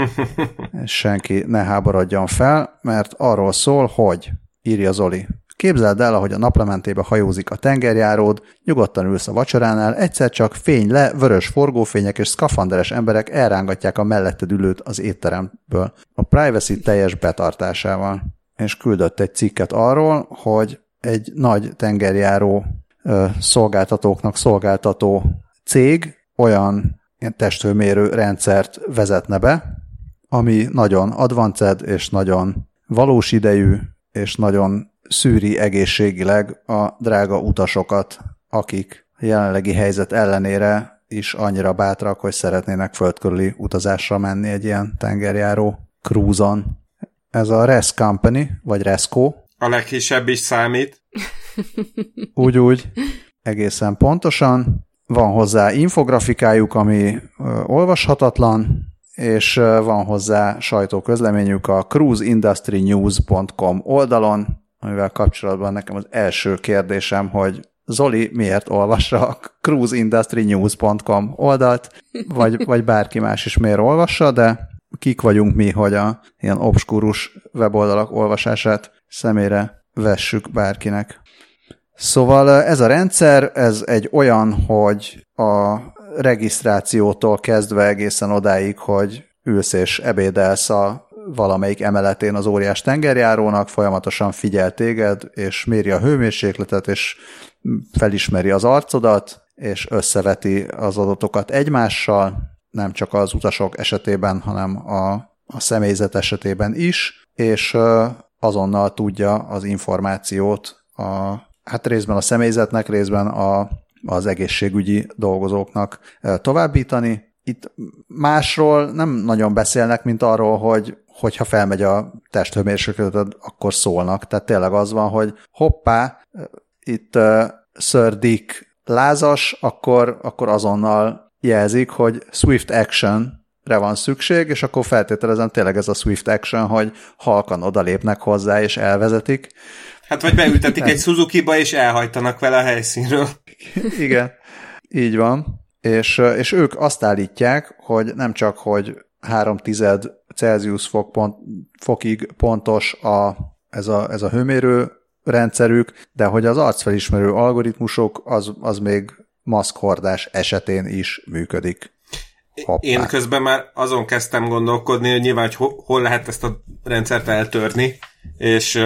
Senki ne háborodjon fel, mert arról szól, hogy írja Zoli. Képzeld el, ahogy a naplementébe hajózik a tengerjáród, nyugodtan ülsz a vacsoránál, egyszer csak fény le, vörös forgófények és szkafanderes emberek elrángatják a melletted ülőt az étteremből. A privacy teljes betartásával. És küldött egy cikket arról, hogy egy nagy tengerjáró szolgáltatóknak szolgáltató cég olyan testhőmérő rendszert vezetne be, ami nagyon advanced és nagyon valós idejű, és nagyon szűri egészségileg a drága utasokat, akik a jelenlegi helyzet ellenére is annyira bátrak, hogy szeretnének földkörüli utazásra menni egy ilyen tengerjáró cruise-on. Ez a Res Company, vagy Resco. A legkisebb is számít. Úgy, egészen pontosan. Van hozzá infografikájuk, ami olvashatatlan, és van hozzá sajtóközleményük a cruiseindustrynews.com oldalon, amivel kapcsolatban nekem az első kérdésem, hogy Zoli miért olvassa a cruiseindustrynews.com oldalt, vagy bárki más is miért olvassa, de kik vagyunk mi, hogy a ilyen obskúrus weboldalak olvasását szemére vessük bárkinek. Szóval ez a rendszer, ez egy olyan, hogy a regisztrációtól kezdve egészen odáig, hogy ülsz és ebédelsz a valamelyik emeletén az óriás tengerjárónak, folyamatosan figyel téged, és méri a hőmérsékletet, és felismeri az arcodat, és összeveti az adatokat egymással, nem csak az utasok esetében, hanem a személyzet esetében is, és azonnal tudja az információt hát részben a személyzetnek, részben az egészségügyi dolgozóknak továbbítani. Itt másról nem nagyon beszélnek, mint arról, hogyha felmegy a testhőmérsékleted, akkor szólnak. Tehát tényleg az van, hogy hoppá, itt Sir Dick lázas, akkor azonnal jelzik, hogy Swift Action-re van szükség, és akkor feltételezem tényleg ez a Swift Action, hogy halkan odalépnek hozzá és elvezetik. Hát vagy beültetik egy Suzuki-ba, és elhajtanak vele a helyszínről. Igen, így van. És ők azt állítják, hogy nem csak, hogy 0,3 Celsius fokig pontos ez a hőmérő rendszerük, de hogy az arcfelismerő algoritmusok az még maszkhordás esetén is működik. Hoppá. Én közben már azon kezdtem gondolkodni, hogy nyilván, hogy hol lehet ezt a rendszert eltörni, és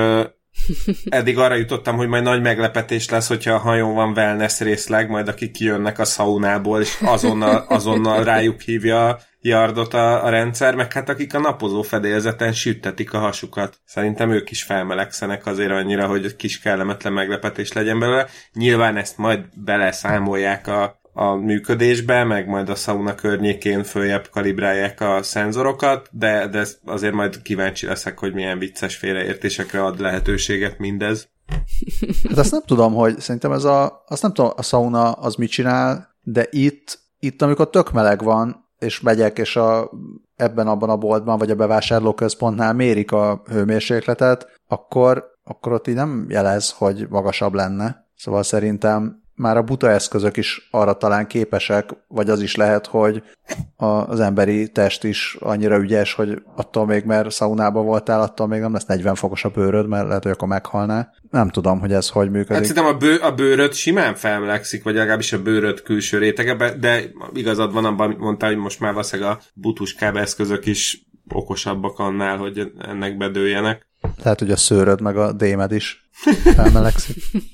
eddig arra jutottam, hogy majd nagy meglepetés lesz, hogyha a hajón van wellness részleg, majd akik kijönnek a szaunából, és azonnal rájuk hívja a yardot a rendszer, meg hát akik a napozó fedélzeten süttetik a hasukat. Szerintem ők is felmelegszenek azért annyira, hogy kis kellemetlen meglepetés legyen belőle. Nyilván ezt majd beleszámolják a működésbe, meg majd a szauna környékén följebb kalibrálják a szenzorokat, de azért majd kíváncsi leszek, hogy milyen vicces félreértésekre ad lehetőséget mindez. Hát azt nem tudom, hogy szerintem azt nem tudom, a szauna az mit csinál, de itt amikor tök meleg van, és megyek, és abban a boltban, vagy a bevásárlóközpontnál mérik a hőmérsékletet, akkor ott így nem jelez, hogy magasabb lenne. Szóval szerintem már a buta eszközök is arra talán képesek, vagy az is lehet, hogy az emberi test is annyira ügyes, hogy attól még, mert szaunában voltál, attól még nem lesz 40 fokos a bőröd, mert lehet, hogy akkor meghalnál. Nem tudom, hogy ez hogy működik. Hát szerintem a bőröd simán felmelegszik, vagy legalábbis a bőröd külső rétege, de igazad van abban, amit mondtál, hogy most már valószínűleg a butuskába eszközök is okosabbak annál, hogy ennek bedőljenek. Lehet, hogy a szőröd meg a démed is felmelegszik.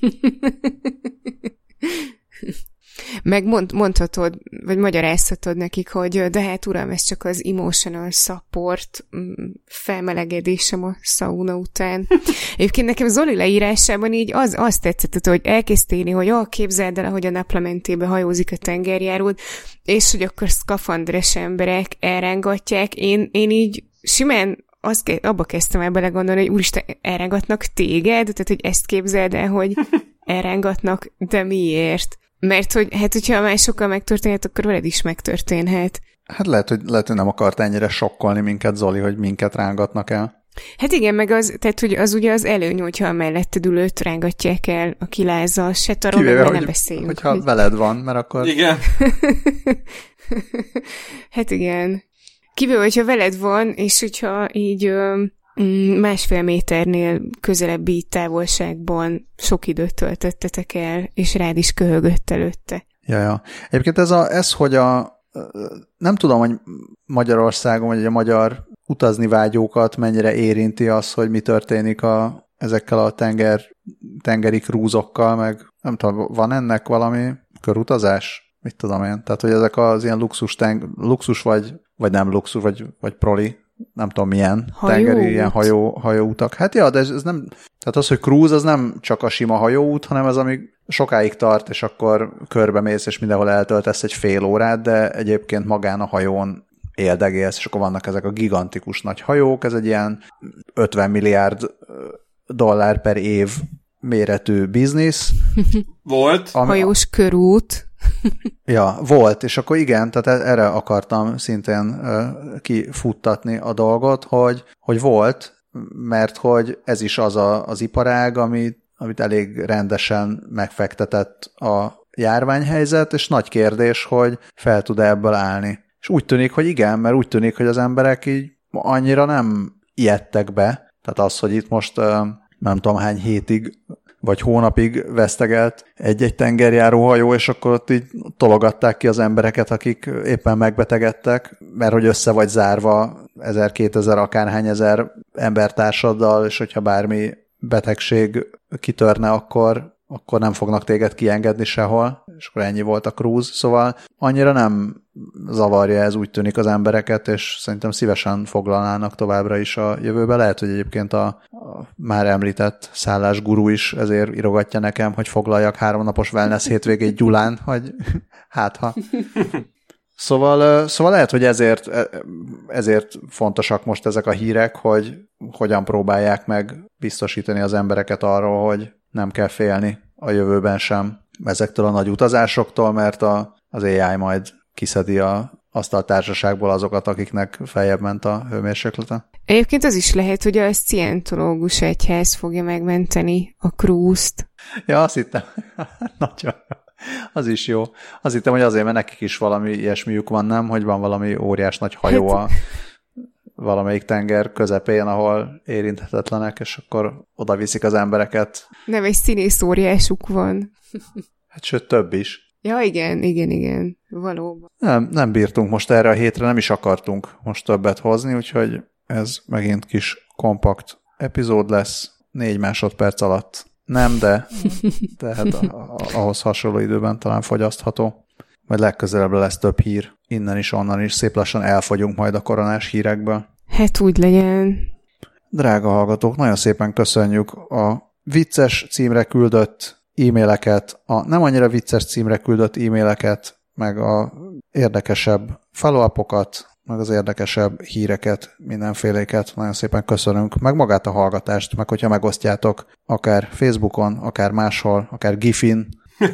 Meg mondhatod, vagy magyarázhatod nekik, hogy de hát uram, ez csak az emotional support felmelegedésem a szauna után. Egyébként nekem Zoli leírásában így azt tetszett, hogy elkezdte írni, hogy képzeld el, ahogy a naplementébe hajózik a tengerjáród, és hogy akkor szkafandres emberek elrángatják. Én így simán abba kezdtem el belegondolni, hogy úristen, elrángatnak téged? Tehát, hogy ezt képzeld el, hogy elrángatnak, de miért? Mert hogy hát, hogyha másokkal megtörténhet, akkor veled is megtörténhet. Hát lehet, hogy nem akart ennyire sokkolni minket, Zoli, hogy minket rángatnak el. Hát igen, meg tehát, hogy az ugye az előny, hogyha a melletted ülőt rángatják el, aki lázal, se arról meg nem beszéljünk. Hogyha veled van, mert akkor... Igen. Hát igen. Kivéve, hogyha veled van, és hogyha így 1,5 méternél közelebbi távolságban sok időt töltöttetek el, és rád is köhögött előtte. Ja. Egyébként ez, hogy nem tudom, hogy Magyarországon, vagy a magyar utazni vágyókat mennyire érinti az, hogy mi történik ezekkel a tengeri krúzokkal, meg nem tudom, van ennek valami körutazás? Mit tudom én? Tehát, hogy ezek az ilyen luxus vagy nem luxus, vagy proli, nem tudom milyen tengeri ilyen hajóutak. Hát ja, de ez nem, tehát az, hogy cruise, az nem csak a sima hajóút, hanem az, amíg sokáig tart, és akkor körbemész, és mindenhol eltöltesz egy fél órát, de egyébként magán a hajón éldegélsz, és akkor vannak ezek a gigantikus nagy hajók, ez egy ilyen 50 milliárd dollár per év méretű biznisz. Volt. Hajós körút. Ja, volt, és akkor igen, tehát erre akartam szintén kifuttatni a dolgot, hogy volt, mert hogy ez is az az iparág, amit elég rendesen megfektetett a járványhelyzet, és nagy kérdés, hogy fel tud ebből állni. És úgy tűnik, hogy igen, mert úgy tűnik, hogy az emberek így annyira nem ijedtek be, tehát az, hogy itt most nem tudom hány hétig vagy hónapig vesztegelt egy tengerjáró hajó, és akkor ott így tologatták ki az embereket, akik éppen megbetegedtek, mert hogy össze vagy zárva 1000-2000 akárhány ezer embertársaddal, és hogyha bármi betegség kitörne, akkor nem fognak téged kiengedni sehol, és akkor ennyi volt a cruise, szóval annyira nem zavarja ez, úgy tűnik, az embereket, és szerintem szívesen foglalnának továbbra is a jövőbe. Lehet, hogy egyébként a már említett szállásgurú is ezért írogatja nekem, hogy foglaljak 3 napos wellness hétvégét Gyulán, hogy hátha. Szóval lehet, hogy ezért fontosak most ezek a hírek, hogy hogyan próbálják meg biztosítani az embereket arról, hogy nem kell félni a jövőben sem ezektől a nagy utazásoktól, mert az AI majd kiszedi a asztaltársaságból azokat, akiknek feljebb ment a hőmérséklete. Egyébként az is lehet, hogy a scientológus egyház fogja megmenteni a cruise-t. Ja, azt hittem. Nagyon. Az is jó. Azt hittem, hogy azért, mert nekik is valami ilyesmiük van, nem? Hogy van valami óriás nagy hajó a valamelyik tenger közepén, ahol érinthetetlenek, és akkor oda viszik az embereket. Nem, egy színész óriásuk van. Hát sőt, több is. Ja, igen, valóban. Nem bírtunk most erre a hétre, nem is akartunk most többet hozni, úgyhogy ez megint kis kompakt epizód lesz, 4 másodperc alatt. Nem, de hát ahhoz hasonló időben talán fogyasztható. Majd legközelebb lesz több hír. Innen is, onnan is. Szép lassan elfogyunk majd a koronás hírekből. Hát úgy legyen. Drága hallgatók, nagyon szépen köszönjük a vicces címre küldött e-maileket, a nem annyira vicces címre küldött e-maileket, meg a érdekesebb follow-upokat, meg az érdekesebb híreket, mindenféléket. Nagyon szépen köszönünk. Meg magát a hallgatást, meg hogyha megosztjátok, akár Facebookon, akár máshol, akár Gifin,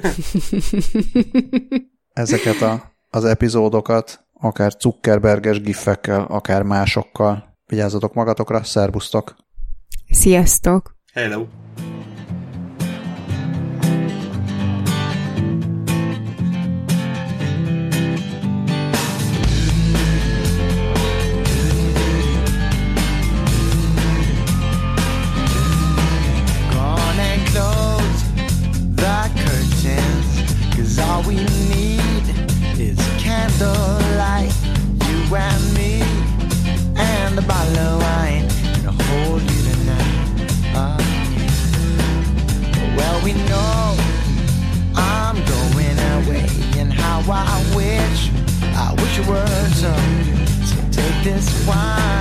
ezeket az epizódokat, akár Zuckerberges gifekkel, akár másokkal. Vigyázzatok magatokra, szervusztok! Sziasztok! Hello! All we need is candlelight, you and me, and a bottle of wine, and I'll hold you tonight. Well, we know I'm going away, and how I wish you were so take this wine.